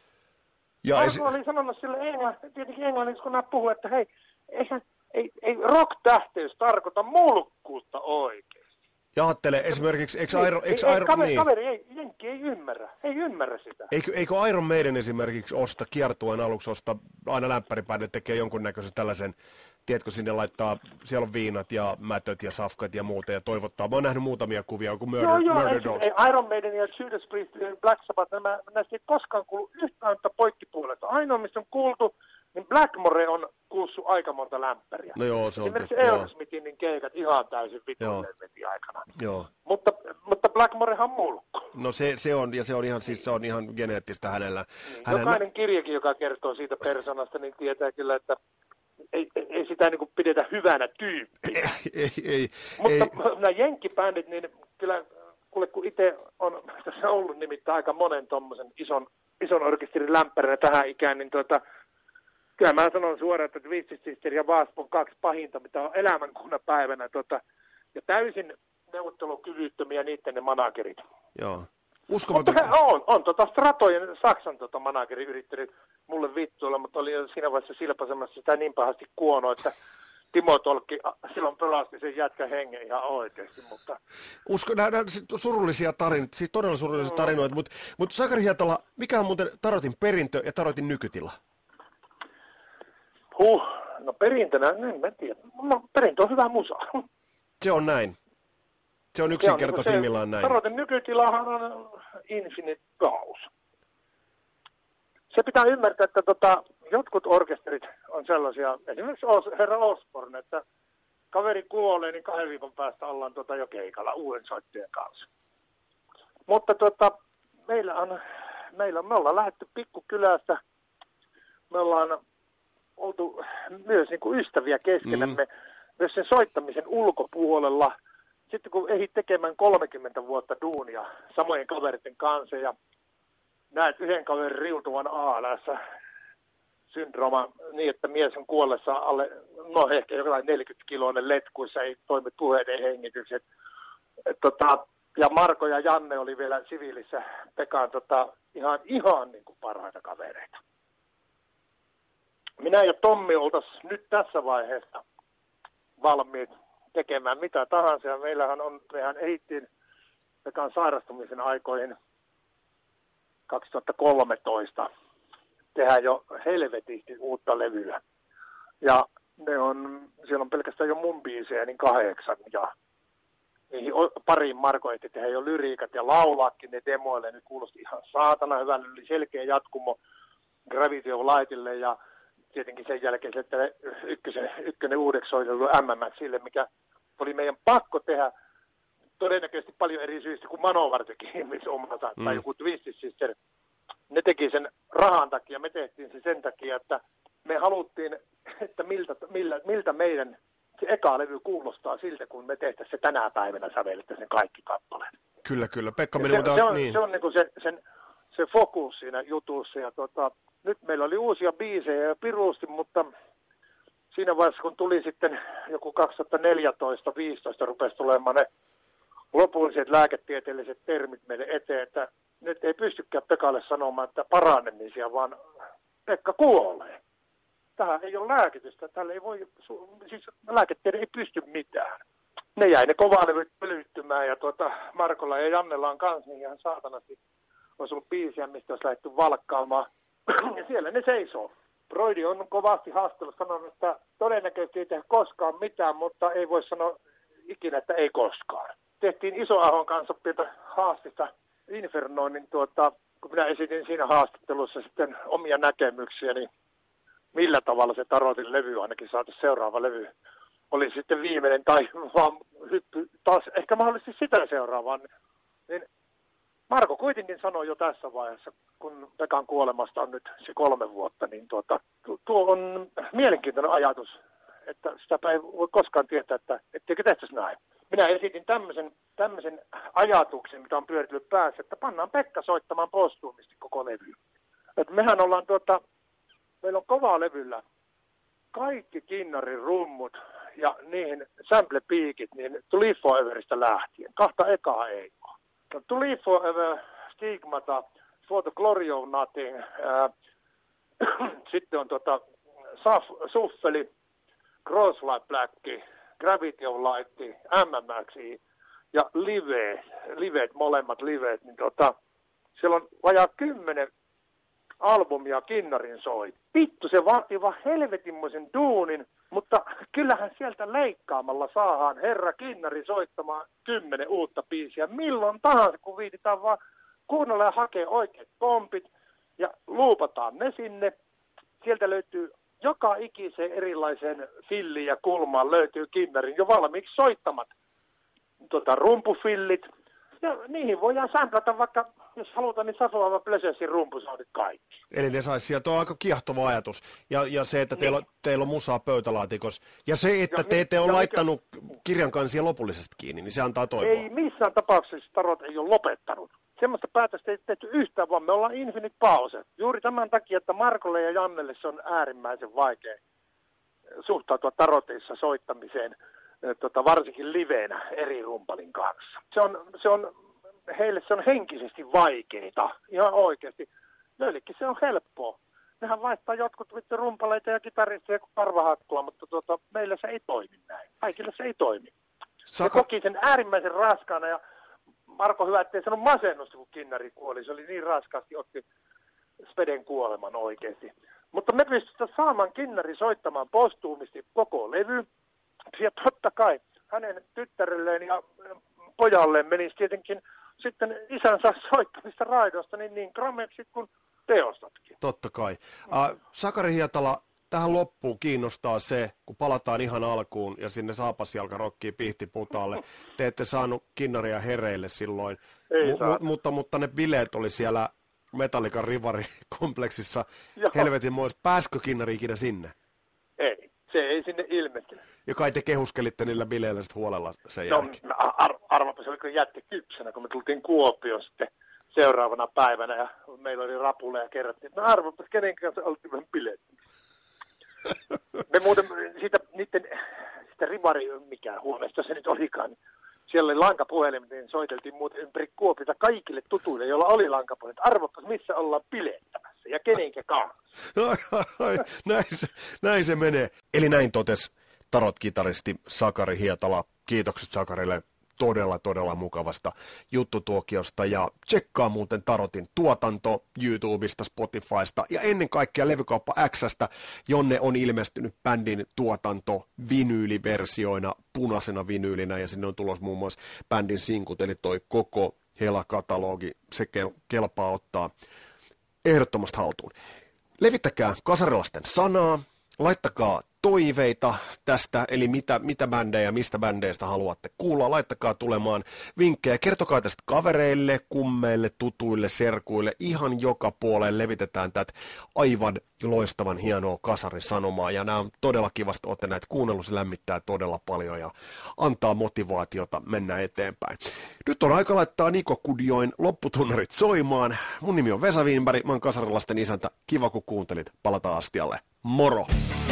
Ja esi- oli sanonut sille englannin, tietenkin englanniksi, kun nämä puhuu, että hei, eihän, ei, ei rock-tähteys tarkoita mulkkuutta oikeasti. Ja ajattele esimerkiksi, eikö niin, Iron... Eikö ei, Iron kaveri, niin. kaveri ei, jenki ei ymmärrä, ei ymmärrä sitä. Eikö, eikö Iron Maiden esimerkiksi osta, kiertueen aluksi osta, aina lämpäripäin tekee jonkunnäköisen tällaisen tiedätkö, sinne laittaa, siellä on viinat ja mätöt ja safkat ja muuta ja toivottaa. Mä oon nähnyt muutamia kuvia, kun Murder, joo, joo, Murder ei, Dolls. ei, Iron Maiden ja Judas Priest ja Black Sabbath, nämä, näistä ei koskaan kuulu yhtään poikkipuolesta. Ainoa, mistä on kuultu, niin Blackmore on kuussut aika monta lämpäriä. No joo, se on... Esimerkiksi Aerosmithin niin keikat ihan täysin vitulleen veti aikana. Joo. Mutta, mutta Blackmorehan mulkku. No se, se on, ja se on ihan, siis se on ihan geneettistä hänellä. Niin, Hänen... Jokainen kirjakin, joka kertoo siitä persoonasta, niin tietää kyllä, että ei, ei sitä niin kuin pidetä hyvänä tyyppiä. ei, ei, Mutta ei. nämä jenkkibändit, niin kyllä, kuule, kun itse on tässä ollut nimittäin aika monen tommosen ison, ison orkesterin lämpärinä tähän ikään, niin tuota, kyllä mä sanon suoraan, että Twisted Sister ja Wasp on kaksi pahinta, mitä on elämänkunnan päivänä, tuota, ja täysin neuvottelukyvyttömiä niiden ne managerit. Joo. Uskomaton. Mutta on, on tota Stratojen Saksan tota manageri yrittänyt mulle vittuilla, mutta oli jo siinä vaiheessa silpaisemassa sitä niin pahasti kuono, että Timo Tolkki silloin pelasti sen jätkän hengen ihan oikeasti, mutta... Usko, nämä, nämä surullisia tarinoita, siis todella surullisia tarinoita, mutta, mutta Sakari Hietala, mikä on muuten Tarotin perintö ja Tarotin nykytila? Huh, no perintönä, en mä tiedä. No, perintö on hyvä musa. Se on näin. Se on yksinkertaisimmillaan se, näin. Tarotin nykytilahan on Infinite Chaos. Se pitää ymmärtää, että tota, jotkut orkesterit on sellaisia, esimerkiksi Os, herra Osborne, että kaveri kuolee, niin kahden viikon päästä ollaan tota jo keikalla uuden soittajan kanssa. Mutta tota, meillä on, meillä on, me ollaan lähdetty pikkukylästä, me ollaan oltu myös niin kuin ystäviä keskenämme, mm. myös sen soittamisen ulkopuolella. Sitten kun ehdit tekemään kolmekymmentä vuotta duunia samojen kaveritten kanssa ja näet yhden kaverin riutuvan A L S-syndrooma niin, että mies on kuollessa alle, no ehkä jotain neljäkymmentä-kiloinen letkuissa, ei toimi puheiden hengitykset. Tota, ja Marko ja Janne oli vielä siviilissä Pekan tota, ihan, ihan niin kuin parhaita kavereita. Minä ja Tommi oltaisiin nyt tässä vaiheessa valmiit tekemään mitä tahansa. Ja meillähän on, mehän ehittiin Pekan sairastumisen aikoihin kaksituhattakolmetoista tehdään jo helvetisti uutta levyä. Ja ne on, siellä on pelkästään jo mun biisejä, niin kahdeksan. Ja niihin pariin Marko ehti tehdä jo lyriikat ja laulaakin ne demoille. Ne kuulosti ihan saatana hyvälle. Oli selkeä jatkumo Gravity of Lightille ja tietenkin sen jälkeen että ykkösen, ykkönen uudeksi soiteltu M M Xille, mikä oli meidän pakko tehdä todennäköisesti paljon eri syistä kuin Manowar teki ihmisen omansa, mm. tai joku Twisted Sister. Ne teki sen rahan takia, me tehtiin se sen takia, että me haluttiin, että miltä, miltä, miltä meidän se eka levy kuulostaa siltä, kun me tehtäisiin se tänä päivänä sävellettäisiin kaikki kappaleet. Kyllä, kyllä. Pekka meni se, mutta se on, niin. se, on niin kuin se, sen, se fokus siinä jutussa. Ja tota, nyt meillä oli uusia biisejä ja piruusti, mutta siinä vaiheessa, kun tuli sitten joku kaksituhattaneljätoista viisitoista rupesi tulemaan ne lopulliset lääketieteelliset termit meille eteen, että nyt ei pystykään Pekalle sanomaan, että paranemisia, vaan Pekka kuolee. Tähän ei ole lääkitystä, tälle ei voi, siis lääketiede ei pysty mitään. Ne jäi ne kovalevyt pölyttymään ja tuota, Markolla ja Jannella on kanssa niin ihan saatanasti olisi ollut biisiä, mistä olisi lähdetty valkkaamaan. Ja siellä ne seisoo. Broidi on kovasti haastellut sanonut, että todennäköisesti ei tehdä koskaan mitään, mutta ei voi sanoa ikinä, että ei koskaan. Tehtiin Isoahon kanssa pientä haastista Infernoin, niin tuota, kun minä esitin siinä haastattelussa sitten omia näkemyksiä, niin millä tavalla se Tarotin levy, ainakin saatu seuraava levy, oli sitten viimeinen tai vaan hyppy taas ehkä mahdollisesti sitä seuraavaan. Niin Marko kuitenkin sanoi jo tässä vaiheessa, kun Pekan kuolemasta on nyt se kolme vuotta, niin tuota, tuo on mielenkiintoinen ajatus, että sitä ei voi koskaan tietää, että etteikö tehtäisi näin. Minä esitin tämmöisen, tämmöisen ajatuksen, mitä on pyöritellyt päässä, että pannaan Pekka soittamaan postuumisti koko levy. Että mehän ollaan tuota, meillä on kovaa levyllä kaikki kinnarin rummut ja niihin sample-piikit, niin To Live Foreverista lähtien. Kahta ekaa ei ole. No, To Live Forever, Stigmata, For the Glory of Nothing, äh, sitten on tuota Suffeli, Crosslight Black, Gravity of Light, M M X ja Live, liveet, molemmat liveet, niin tota, siellä on vajaa kymmenen albumia Kinnarin soi. Vittu, se vaatii vaan helvetinmoisen duunin, mutta kyllähän sieltä leikkaamalla saadaan herra Kinnari soittamaan kymmenen uutta biisiä milloin tahansa, kun viititään vaan kuunnella ja hakea oikeat kompit ja luupataan ne sinne. Sieltä löytyy joka ikiseen erilaiseen filliin ja kulmaan löytyy Kinnarin jo valmiiksi soittamat tota, rumpufillit. Ja niihin voidaan sämplätä vaikka, jos halutaan, niin Sasoava Pleasantsin rumpusoundit kaikki. Eli ne saisi sieltä, on aika kiehtova ajatus. Ja, ja se, että teillä, niin. teillä on musaa pöytälaatikossa. Ja se, että ja, te ette ole laittanut mikä... kirjan kansia lopullisesti kiinni, niin se antaa toivoa. Ei missään tapauksessa Tarot ei ole lopettanut. Semmoista päätöstä ei tehty yhtään, vaan me ollaan Infinite Pause. Juuri tämän takia, että Markolle ja Jannelle se on äärimmäisen vaikea suhtautua Tarotissa soittamiseen. Tota, varsinkin liveenä eri rumpalin kanssa. Se on, se on, heille se on henkisesti vaikeita, ihan oikeasti. Joillekin se on helppoa. Nehän vaihtaa jotkut vittu rumpaleita ja kitaristeja kuin karvahakkua, mutta tota, meillä se ei toimi näin. Kaikille se ei toimi. Saka... Se koki sen äärimmäisen raskaana ja Marko hyvä, ettei sanonut masennusta, kun Kinnari kuoli. Se oli niin raskaasti, otti Speden kuoleman oikeasti. Mutta me pystytään saamaan Kinnari soittamaan postuumisti koko levy. Ja totta kai hänen tyttärelleen ja pojalleen menisi tietenkin sitten isänsä soittamista raidosta niin, niin grameksit kuin teostatkin. Totta kai. Äh, Sakari Hietala, tähän loppuun kiinnostaa se, kun palataan ihan alkuun ja sinne Saapasjalkarokkiin Pihtiputaalle. Te ette saanut Kinnaria hereille silloin, Ei mu- mu- mutta, mutta ne bileet oli siellä Metallican rivarikompleksissa helvetinmoista. Pääskö Kinnari ikinä sinne? Ei, se ei sinne ilmestynyt. Ja kai te kehuskelitte niillä bileillä sitten huolella sen no, jälkeen. Ar- arvapa, se oli kyllä jätti kypsänä, kun me tultiin Kuopioon sitten seuraavana päivänä ja meillä oli rapule ja kerrottiin, että no arvapa, kenen kanssa oltiin vähän bileet. Me muuten siitä, niiden, sitä rivari, mikä huoneesta se nyt olikaan, niin siellä oli lankapuhelimet, niin soiteltiin muuten ympäri Kuopiota kaikille tutuille, joilla oli lankapuhelimet. Arvopas, missä ollaan bileettämässä ja kenenkä kanssa. näin, se, näin se menee. Eli näin totesi Tarot-kitaristi Sakari Hietala. Kiitokset Sakarille todella, todella mukavasta juttutuokiosta. Ja tsekkaa muuten Tarotin tuotanto YouTubesta, Spotifysta ja ennen kaikkea Levykauppa X:stä, jonne on ilmestynyt bändin tuotanto vinyyliversioina, punaisena vinyylinä, ja sinne on tulos muun muassa bändin sinkut, eli toi koko Hela-katalogi, se kel- kelpaa ottaa ehdottomasti haltuun. Levittäkää kasarilaisten sanaa, laittakaa toiveita tästä, eli mitä, mitä bändejä, mistä bändeistä haluatte kuulla. Laittakaa tulemaan vinkkejä. Kertokaa tästä kavereille, kummeille, tutuille, serkuille. Ihan joka puoleen levitetään tätä aivan loistavan hienoa kasarisanomaa. Ja nämä on todella kivasti, olette näitä kuunnellut, se lämmittää todella paljon ja antaa motivaatiota mennä eteenpäin. Nyt on aika laittaa Niko Kudjoin lopputunnarit soimaan. Mun nimi on Vesa Wienberg, mä oon kasarilasten isäntä. Kiva kun kuuntelit. Palataan astialle. Moro!